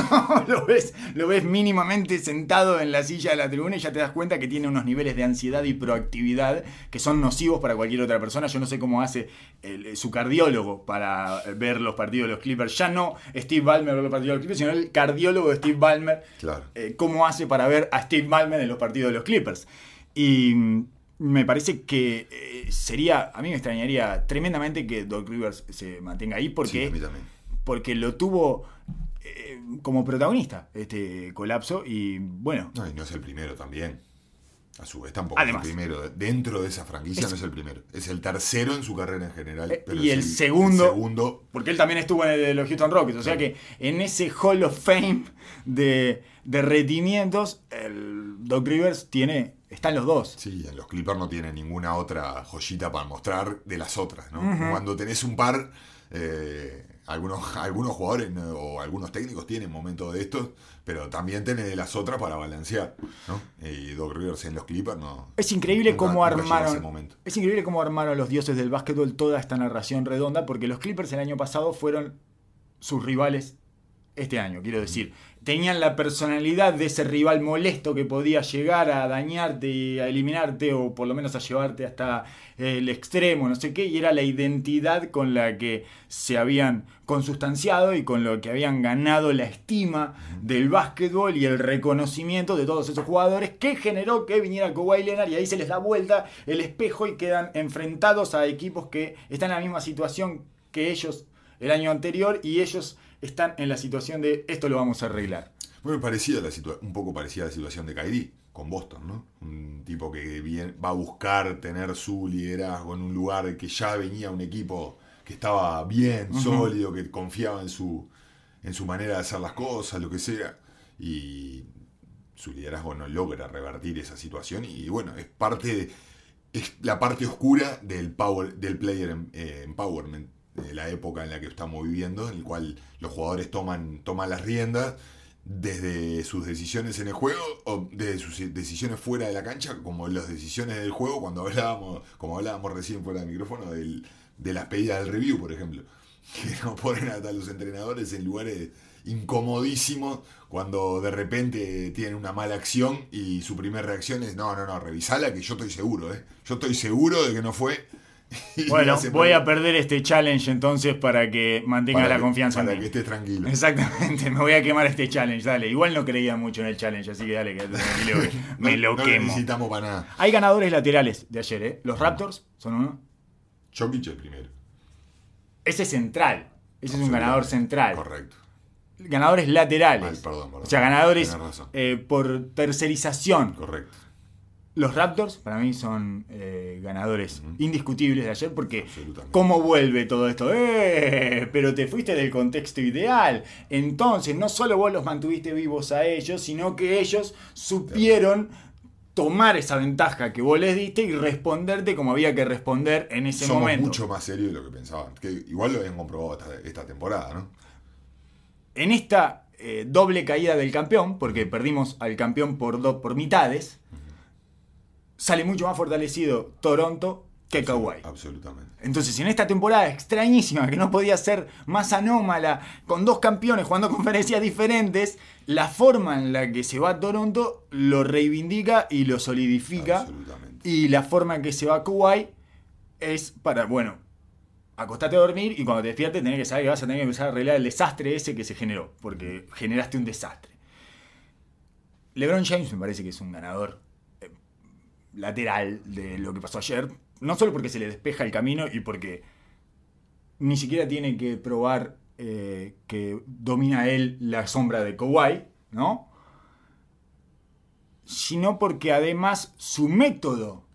lo ves mínimamente sentado en la silla de la tribuna y ya te das cuenta que tiene unos niveles de ansiedad y proactividad que son nocivos para cualquier otra persona. Yo no sé cómo hace su cardiólogo para ver los partidos de los Clippers. Ya no Steve Ballmer ver los partidos de los Clippers, sino el cardiólogo de Steve Ballmer. Claro. Cómo hace para ver a Steve Ballmer en los partidos de los Clippers. Y me parece que a mí me extrañaría tremendamente que Doc Rivers se mantenga ahí, porque... Sí, a mí también. Porque lo tuvo como protagonista este colapso, y bueno. No, y no es el primero también. A su vez tampoco es el primero. Dentro de esa franquicia no es el primero. Es el tercero en su carrera en general. Pero y el segundo, porque él también estuvo en los Houston Rockets. O sea que en ese Hall of Fame de rendimientos, el Doc Rivers están los dos. Sí, en los Clippers no tiene ninguna otra joyita para mostrar de las otras, ¿no? Cuando tenés un par... algunos jugadores o algunos técnicos tienen momentos de estos, pero también tenés de las otras para balancear, ¿no? Y Doc Rivers en los Clippers no. Es increíble cómo armaron los dioses del básquetbol toda esta narración redonda, porque los Clippers el año pasado fueron sus rivales este año, quiero decir. Tenían la personalidad de ese rival molesto que podía llegar a dañarte y a eliminarte, o por lo menos a llevarte hasta el extremo, no sé qué, y era la identidad con la que se habían consustanciado y con lo que habían ganado la estima del básquetbol y el reconocimiento de todos esos jugadores, que generó que viniera Kawhi Leonard, y ahí se les da vuelta el espejo y quedan enfrentados a equipos que están en la misma situación que ellos el año anterior, y ellos están en la situación de esto lo vamos a arreglar. Muy un poco parecida a la situación de Kyrie con Boston, ¿no? Un tipo que va a buscar tener su liderazgo en un lugar que ya venía un equipo que estaba bien, sólido, que confiaba en su manera de hacer las cosas, lo que sea, y su liderazgo no logra revertir esa situación, y bueno, es la parte oscura del player empowerment, de la época en la que estamos viviendo, en el cual los jugadores toman las riendas desde sus decisiones en el juego o desde sus decisiones fuera de la cancha, como las decisiones del juego, como hablábamos recién fuera del micrófono, de las pedidas del review, por ejemplo, que nos ponen a los entrenadores en lugares incomodísimos cuando de repente tienen una mala acción y su primera reacción es no, revisala, que yo estoy seguro, yo estoy seguro de que no fue. Bueno, voy a perder este challenge entonces para que mantenga la confianza en mí. Para que estés tranquilo. Exactamente, me voy a quemar este challenge, dale. Igual no creía mucho en el challenge, así que dale, quédate tranquilo, me lo quemo. No necesitamos para nada. Hay ganadores laterales de ayer, ¿eh? Los Raptors son uno. Jokic el primero. Ese es central, ese es un ganador central. Correcto. Ganadores laterales. Perdón. O sea, ganadores por tercerización. Correcto. Los Raptors para mí son ganadores indiscutibles de ayer, porque ¿cómo vuelve todo esto? Pero te fuiste del contexto ideal. Entonces no solo vos los mantuviste vivos a ellos, sino que ellos supieron tomar esa ventaja que vos les diste y responderte como había que responder en ese Somos momento. mucho más serios de lo que pensaban. Que igual lo habían comprobado esta temporada, ¿no? En esta doble caída del campeón, porque perdimos al campeón por mitades, sale mucho más fortalecido Toronto que Kawhi. Absolutamente. Entonces, en esta temporada extrañísima, que no podía ser más anómala, con dos campeones jugando conferencias diferentes, la forma en la que se va Toronto lo reivindica y lo solidifica. Absolutamente. Y la forma en que se va Kawhi es para, bueno, acostarte a dormir y cuando te despiertes tenés que saber que vas a tener que empezar a arreglar el desastre ese que se generó, porque generaste un desastre. LeBron James me parece que es un ganador lateral de lo que pasó ayer, no solo porque se le despeja el camino y porque ni siquiera tiene que probar que domina él la sombra de Kawhi, ¿no? Sino porque además su método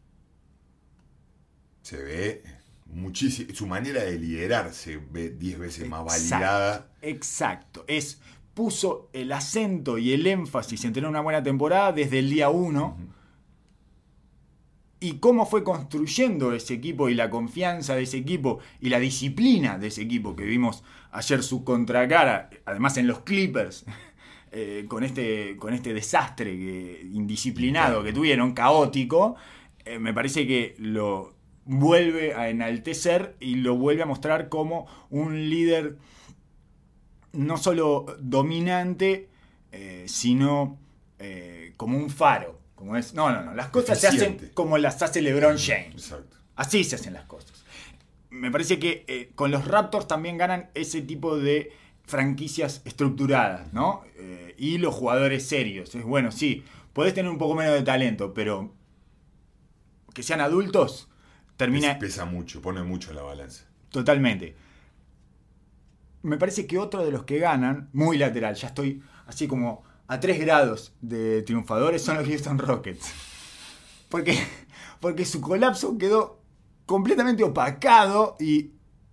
Se ve muchísimo. Su manera de liderar se ve 10 veces más validada. Exacto. Puso el acento y el énfasis en tener una buena temporada desde el día 1. Y cómo fue construyendo ese equipo y la confianza de ese equipo y la disciplina de ese equipo que vimos ayer su contracara, además en los Clippers, con este desastre indisciplinado que tuvieron, caótico, me parece que lo vuelve a enaltecer y lo vuelve a mostrar como un líder no solo dominante, sino como un faro. Como es, no, las cosas Eficiente. se hacen como las hace LeBron James. Exacto. Así se hacen las cosas. Me parece que con los Raptors también ganan ese tipo de franquicias estructuradas, ¿no? Y los jugadores serios. Es bueno, sí, podés tener un poco menos de talento, pero que sean adultos termina Pesa mucho, pone mucho en la balanza. totalmente. Me parece que otro de los que ganan, muy lateral, ya estoy así como a 3 grados de triunfadores, son los Houston Rockets. Porque su colapso quedó completamente opacado y,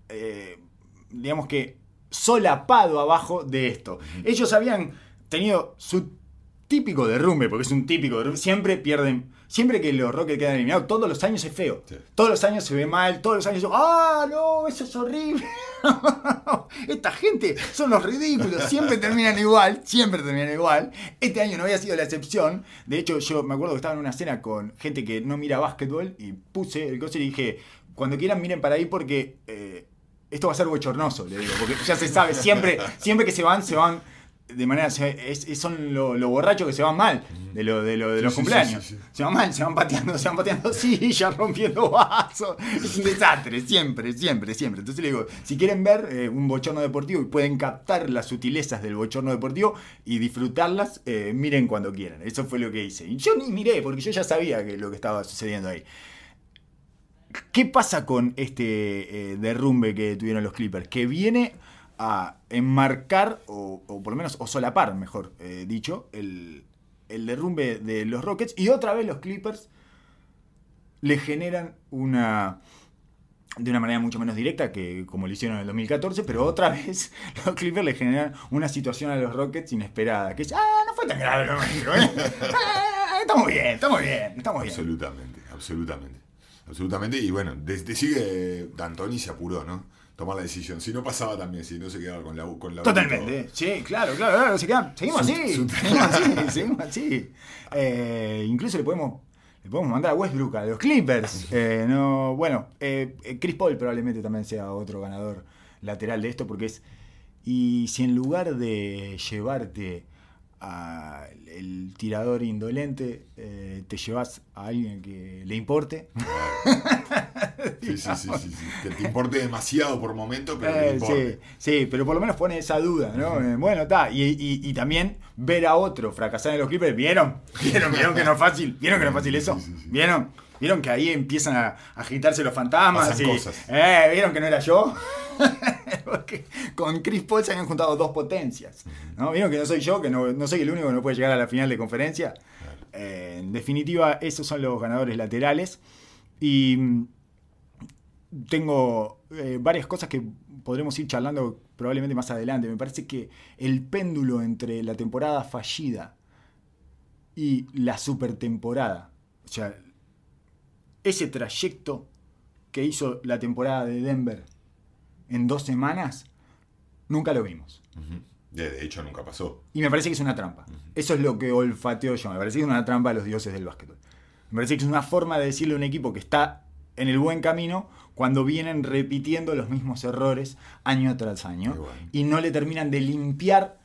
digamos que, solapado abajo de esto. Ellos habían tenido su típico derrumbe, porque es un típico derrumbe. Siempre pierden. Siempre que los Rockets quedan eliminados, todos los años es feo. Sí. Todos los años se ve mal, todos los años... ¡Ah, no! Eso es horrible. Esta gente son los ridículos. Siempre terminan igual. Este año no había sido la excepción. De hecho, yo me acuerdo que estaba en una cena con gente que no mira básquetbol y puse el coche y dije, cuando quieran miren para ahí porque esto va a ser bochornoso, le digo. Porque ya se sabe, siempre que se van de manera, son los borrachos que se van mal de los cumpleaños. Sí. Se van mal, se van pateando sillas, rompiendo vasos. Es un desastre, siempre. Entonces le digo, si quieren ver un bochorno deportivo y pueden captar las sutilezas del bochorno deportivo y disfrutarlas, miren cuando quieran. Eso fue lo que hice. Y yo ni miré, porque yo ya sabía lo que estaba sucediendo ahí. ¿Qué pasa con este derrumbe que tuvieron los Clippers? Que viene a enmarcar, o por lo menos, o solapar, mejor dicho, el derrumbe de los Rockets, y otra vez los Clippers le generan de una manera mucho menos directa que como lo hicieron en el 2014, pero otra vez los Clippers le generan una situación a los Rockets inesperada, que es, no fue tan grave lo nuestro, estamos bien. Absolutamente, y bueno, desde sigue D'Antoni se apuró, ¿no? Tomar la decisión. Si no pasaba también, si no se quedaba con la totalmente. Sí, claro. Seguimos así. Incluso le podemos mandar a Westbrook a los Clippers. Chris Paul probablemente también sea otro ganador lateral de esto, porque y si en lugar de llevarte el tirador indolente, te llevas a alguien que le importe. Sí. Que te importe demasiado por momento, pero que importe. Sí, pero por lo menos pone esa duda, ¿no? Bueno, está. Y también ver a otro fracasar en los Clippers. ¿Vieron que no es fácil? ¿Vieron que no es fácil eso? Sí. ¿Vieron que ahí empiezan a agitarse los fantasmas? Pasan cosas. ¿Vieron que no era yo? Porque con Chris Paul se habían juntado dos potencias, ¿no? ¿Vieron que no soy yo, que no soy el único que no puede llegar a la final de conferencia? Claro. En definitiva, esos son los ganadores laterales. Y tengo varias cosas que podremos ir charlando probablemente más adelante. Me parece que el péndulo entre la temporada fallida y la supertemporada O sea, ese trayecto que hizo la temporada de Denver en 2 semanas, nunca lo vimos. De hecho, nunca pasó. Y me parece que es una trampa. Eso es lo que olfateo yo. Me parece que es una trampa de los dioses del básquetbol. Me parece que es una forma de decirle a un equipo que está en el buen camino cuando vienen repitiendo los mismos errores año tras año. Y no le terminan de limpiar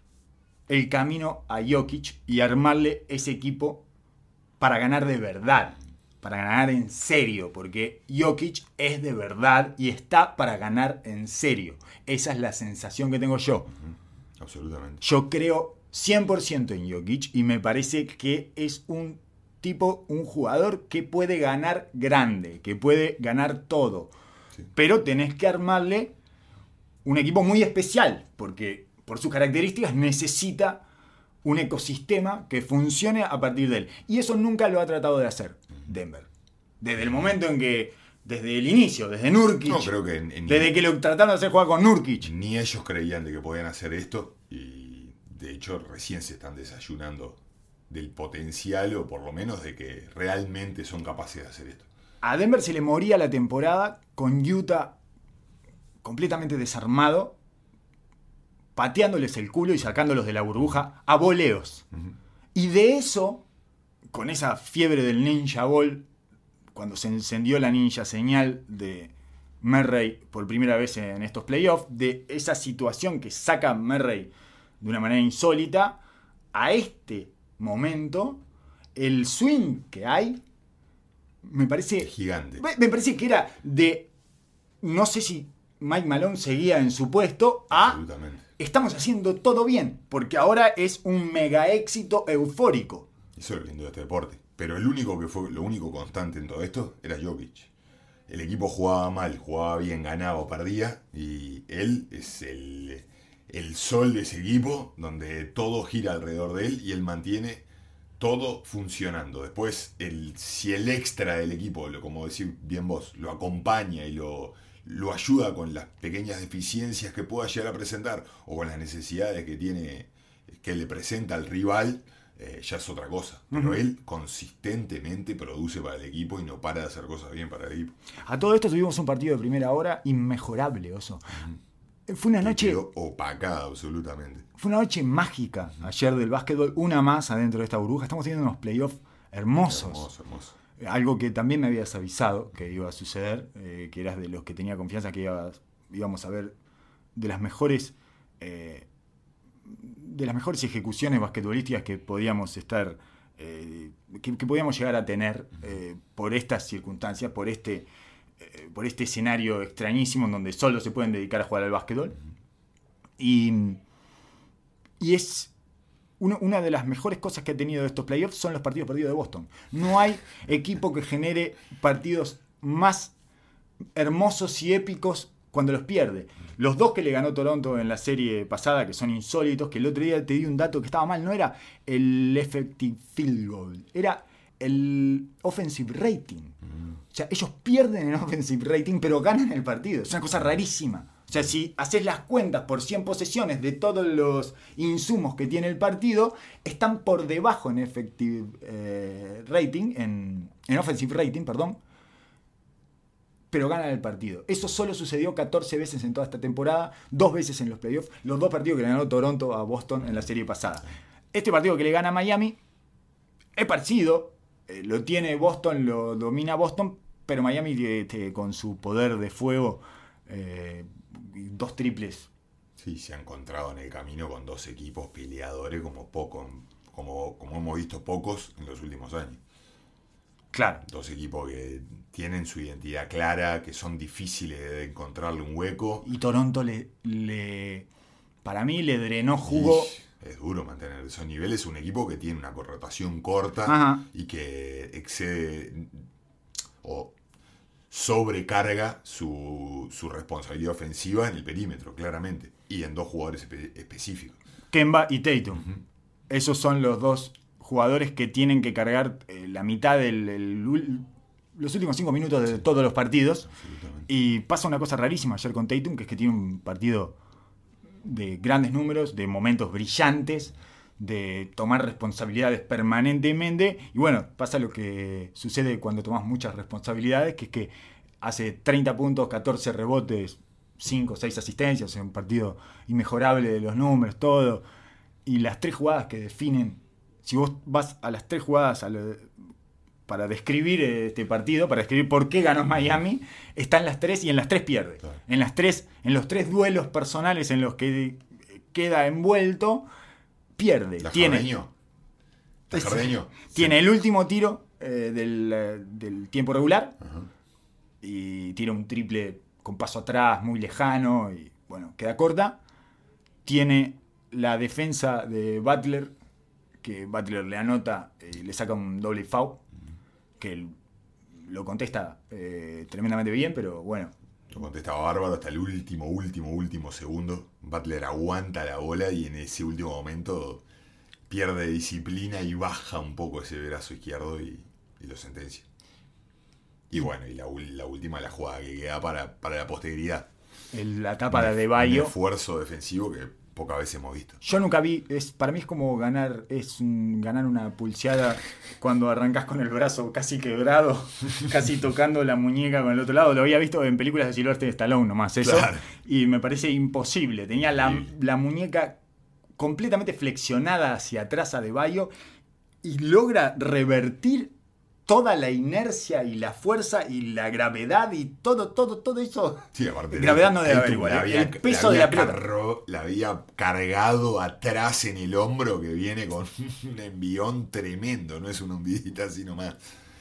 el camino a Jokic y armarle ese equipo para ganar de verdad. Para ganar en serio, porque Jokic es de verdad y está para ganar en serio. Esa es la sensación que tengo yo. Absolutamente. Yo creo 100% en Jokic y me parece que es un jugador que puede ganar grande, que puede ganar todo. Sí. Pero tenés que armarle un equipo muy especial, porque por sus características necesita un ecosistema que funcione a partir de él. Y eso nunca lo ha tratado de hacer Denver. Desde el momento en que, desde el inicio, desde Nurkic, no, creo que desde que lo trataron de hacer jugar con Nurkic. Ni ellos creían de que podían hacer esto y de hecho recién se están desayunando del potencial o por lo menos de que realmente son capaces de hacer esto. A Denver se le moría la temporada con Utah completamente desarmado, pateándoles el culo y sacándolos de la burbuja a voleos. Y de eso, con esa fiebre del Ninja Ball, cuando se encendió la ninja señal de Murray por primera vez en estos playoffs, de esa situación que saca Murray de una manera insólita, a este momento, el swing que hay, me parece... Es gigante. Me parece que era de... No sé si Mike Malone seguía en su puesto a... Absolutamente. Estamos haciendo todo bien, porque ahora es un mega éxito eufórico. Eso es lo lindo de este deporte. Pero lo único constante en todo esto era Jokic. El equipo jugaba mal, jugaba bien, ganaba o perdía. Y él es el sol de ese equipo, donde todo gira alrededor de él y él mantiene todo funcionando. Después, si el extra del equipo, como decís bien vos, lo acompaña y lo ayuda con las pequeñas deficiencias que pueda llegar a presentar o con las necesidades que le presenta al rival, ya es otra cosa. Pero él consistentemente produce para el equipo y no para de hacer cosas bien para el equipo. A todo esto tuvimos un partido de primera hora inmejorable, Oso. Fue una noche... Quedó opacada absolutamente. Fue una noche mágica ayer del básquetbol, una más adentro de esta burbuja. Estamos teniendo unos playoffs hermosos. Hermoso. Algo que también me habías avisado que iba a suceder, que eras de los que tenía confianza que íbamos a ver de las mejores ejecuciones basquetbolísticas que podíamos estar que podíamos llegar a tener por estas circunstancias, por este escenario extrañísimo en donde solo se pueden dedicar a jugar al básquetbol. Y es una de las mejores cosas que ha tenido estos playoffs son los partidos perdidos de Boston. No hay equipo que genere partidos más hermosos y épicos cuando los pierde. Los dos que le ganó Toronto en la serie pasada, que son insólitos, que el otro día te di un dato que estaba mal, no era el effective field goal, era el offensive rating. O sea, ellos pierden en offensive rating, pero ganan el partido. Es una cosa rarísima. O sea, si haces las cuentas por 100 posesiones de todos los insumos que tiene el partido, están por debajo en effective rating, en offensive rating, perdón, pero ganan el partido. Eso solo sucedió 14 veces en toda esta temporada, 2 veces en los playoffs, los 2 partidos que le ganó Toronto a Boston en la serie pasada. Este partido que le gana a Miami es parecido, lo tiene Boston, lo domina Boston, pero Miami con su poder de fuego, 2 triples. Sí, se ha encontrado en el camino con 2 equipos peleadores como hemos visto pocos en los últimos años. Claro. 2 equipos que tienen su identidad clara, que son difíciles de encontrarle un hueco. Y Toronto para mí le drenó jugo. Es duro mantener esos niveles. Es un equipo que tiene una rotación corta. Ajá. Y que excede o sobrecarga su responsabilidad ofensiva en el perímetro, claramente. Y en 2 jugadores específicos. Kemba y Tatum. Esos son los 2 jugadores que tienen que cargar la mitad los últimos 5 minutos de todos los partidos. Y pasa una cosa rarísima ayer con Tatum, que es que tiene un partido de grandes números, de momentos brillantes, de tomar responsabilidades permanentemente. Y bueno, pasa lo que sucede cuando tomas muchas responsabilidades, que es que hace 30 puntos, 14 rebotes, 5 o 6 asistencias, en un partido inmejorable de los números, todo. Y las 3 jugadas que definen, si vos vas a las 3 jugadas para describir este partido, para describir por qué ganó Miami, están las 3 y en las 3 pierde. Claro. En los 3 duelos personales en los que queda envuelto, pierde. Jardeño. Tiene el último tiro del tiempo regular. Ajá. Y tira un triple con paso atrás, muy lejano, y bueno, queda corta. Tiene la defensa de Butler, que Butler le anota y le saca un doble foul, que él lo contesta tremendamente bien, pero bueno. Lo contestaba bárbaro hasta el último segundo. Butler aguanta la bola y en ese último momento pierde disciplina y baja un poco ese brazo izquierdo y lo sentencia. Y bueno, y la última, la jugada que queda para la posteridad. La tapa de Adebayo. Un esfuerzo defensivo que pocas veces hemos visto. Yo nunca vi, para mí es como ganar una pulseada cuando arrancas con el brazo casi quebrado, casi tocando la muñeca con el otro lado. Lo había visto en películas de Sylvester Stallone nomás, eso. Claro. Y me parece imposible. Tenía la muñeca completamente flexionada hacia atrás a Adebayo y logra revertir toda la inercia y la fuerza y la gravedad y todo eso. Sí, aparte gravedad no debe haber igual. El peso de la pelota. La había cargado atrás en el hombro, que viene con un envión tremendo. No es una hundidita así nomás.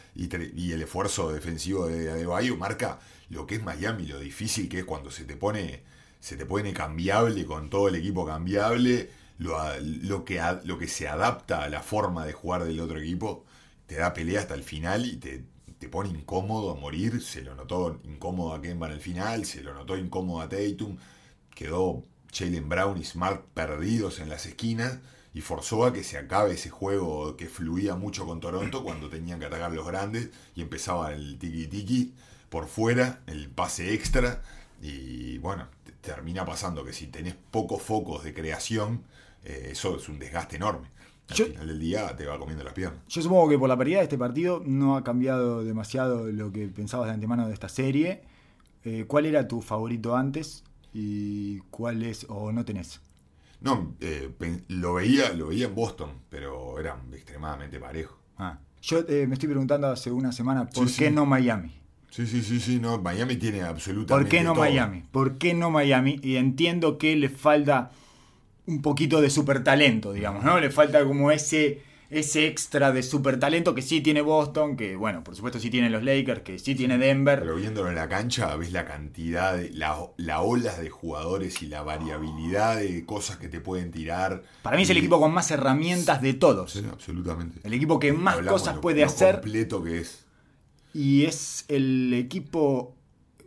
Y el esfuerzo defensivo de Adebayo marca lo que es Miami, lo difícil que es cuando se te pone cambiable, con todo el equipo cambiable, lo que se adapta a la forma de jugar del otro equipo. Te da pelea hasta el final y te pone incómodo a morir. Se lo notó incómodo a Kemba en el final, se lo notó incómodo a Tatum. Quedó Jaylen Brown y Smart perdidos en las esquinas y forzó a que se acabe ese juego que fluía mucho con Toronto cuando tenían que atacar los grandes y empezaba el tiki-tiki por fuera, el pase extra. Y bueno, termina pasando que si tenés pocos focos de creación, eso es un desgaste enorme. Al final del día te va comiendo las piernas. Yo supongo que por la paridad de este partido no ha cambiado demasiado lo que pensabas de antemano de esta serie. ¿Cuál era tu favorito antes? ¿Y cuál es o no tenés? No, lo veía en Boston, pero era extremadamente parejo. Yo me estoy preguntando hace una semana ¿por qué no Miami? Sí, no, Miami tiene absolutamente ¿Por qué no todo. Miami? ¿Por qué no Miami? Y entiendo que le falta un poquito de super talento, digamos, ¿no? Le falta como ese extra de super talento que sí tiene Boston, que bueno, por supuesto sí tiene los Lakers, que sí tiene Denver. Pero viéndolo en la cancha, ves la cantidad, la olas de jugadores y la variabilidad de cosas que te pueden tirar. Para mí es el equipo con más herramientas de todos. Sí, absolutamente. El equipo que más Hablamos cosas lo puede hacer. Completo que es. Y es el equipo...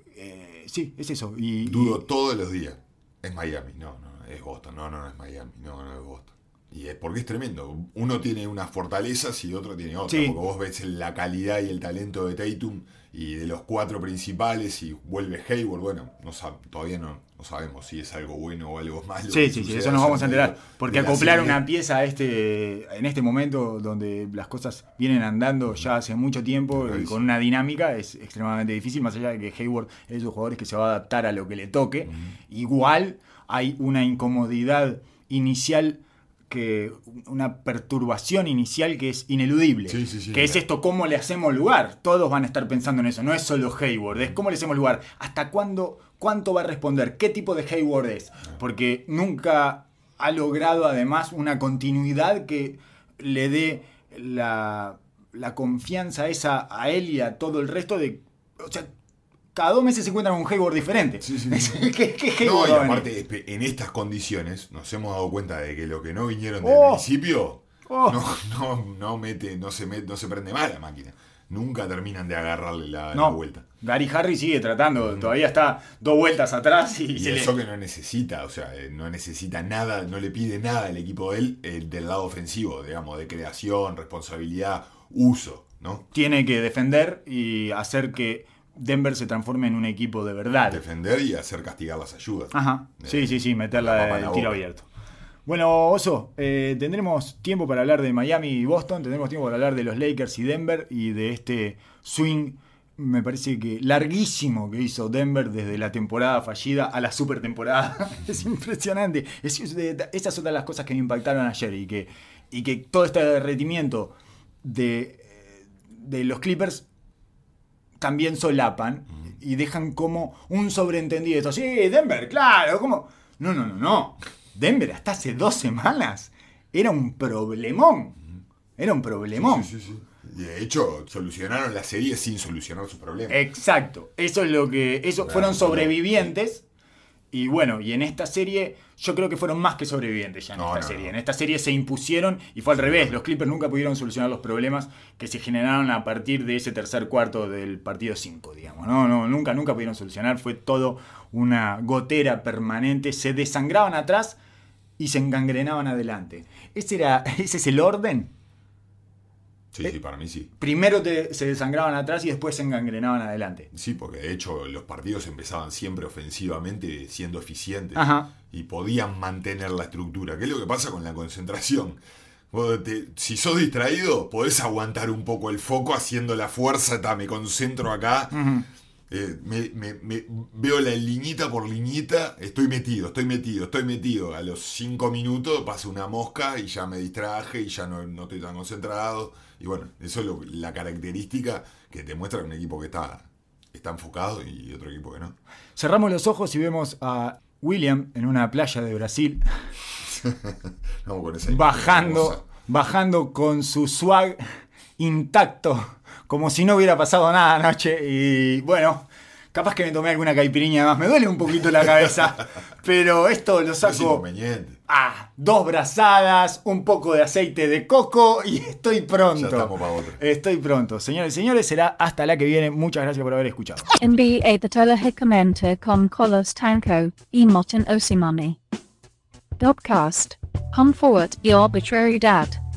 sí, es eso. Dudo todos los días. Es Miami, no, es Boston. No es Miami, no es Boston. Y es porque es tremendo. Uno tiene unas fortalezas y otro tiene otras. Sí. Porque vos ves la calidad y el talento de Tatum y de los cuatro principales y vuelve Hayward. Bueno, todavía no sabemos si es algo bueno o algo malo. Sí, eso nos vamos a enterar. Porque acoplar una pieza en este momento donde las cosas vienen andando ya hace mucho tiempo y con una dinámica es extremadamente difícil, más allá de que Hayward es de esos jugadores que se va a adaptar a lo que le toque. Igual hay una incomodidad inicial, una perturbación inicial que es ineludible. Sí, que es esto, ¿cómo le hacemos lugar? Todos van a estar pensando en eso, no es solo Hayward, es cómo le hacemos lugar, hasta cuánto va a responder, qué tipo de Hayward es, porque nunca ha logrado además una continuidad que le dé la confianza esa a él y a todo el resto o sea, cada 2 meses se encuentran con un Hayward diferente. Sí. ¿Qué Hayward y aparte, en estas condiciones nos hemos dado cuenta de que lo que no vinieron del principio no se prende mal la máquina. Nunca terminan de agarrarle la vuelta. Gary Harris sigue tratando, todavía está 2 vueltas atrás y eso que no necesita, o sea, no necesita nada, no le pide nada al equipo de él, del lado ofensivo, digamos, de creación, responsabilidad, uso, ¿no? Tiene que defender y hacer que Denver se transforme en un equipo de verdad. Defender y hacer castigar las ayudas. Ajá. Sí, meterla del tiro abierto. Bueno, Oso, tendremos tiempo para hablar de Miami y Boston, tendremos tiempo para hablar de los Lakers y Denver y de este swing, me parece que larguísimo que hizo Denver desde la temporada fallida a la super temporada. Es impresionante. Esas son las cosas que me impactaron ayer y que todo este derretimiento de los Clippers también solapan y dejan como un sobreentendido. Esto, sí, Denver, claro, ¿cómo? No. Denver hasta hace 2 semanas era un problemón. Era un problemón. Sí. De hecho, solucionaron la serie sin solucionar sus problemas. Exacto. Eso es lo que. Eso fueron sobrevivientes. Y bueno, y en esta serie yo creo que fueron más que sobrevivientes ya en esta serie. En esta serie se impusieron y fue al revés. Los Clippers nunca pudieron solucionar los problemas que se generaron a partir de ese tercer cuarto del partido 5, digamos. Nunca pudieron solucionar. Fue todo una gotera permanente. Se desangraban atrás y se engangrenaban adelante. ¿Ese es el orden? Sí, para mí sí. Primero se desangraban atrás y después se engangrenaban adelante. Sí, porque de hecho los partidos empezaban siempre ofensivamente siendo eficientes. Ajá. Y podían mantener la estructura. ¿Qué es lo que pasa con la concentración? Si sos distraído, podés aguantar un poco el foco haciendo la fuerza. Me concentro acá. Uh-huh. Veo la liñita por liñita. Estoy metido. A los 5 minutos pasa una mosca y ya me distraje y ya no estoy tan concentrado. Y bueno, eso es la característica que te muestra un equipo que está enfocado y otro equipo que no. Cerramos los ojos y vemos a William en una playa de Brasil Vamos con esa bajando con su swag intacto, como si no hubiera pasado nada anoche. Y bueno, capaz que me tomé alguna caipirinha más. Me duele un poquito la cabeza, pero esto lo saco. 2 brazadas, un poco de aceite de coco y estoy pronto. Ya estamos para otra. Estoy pronto. Señores y señores, será hasta la que viene. Muchas gracias por haber escuchado. NBA Totalahikomento con Carlos Tanco y Martin Osimani. Dopcast. Come forward, your arbitrary dad.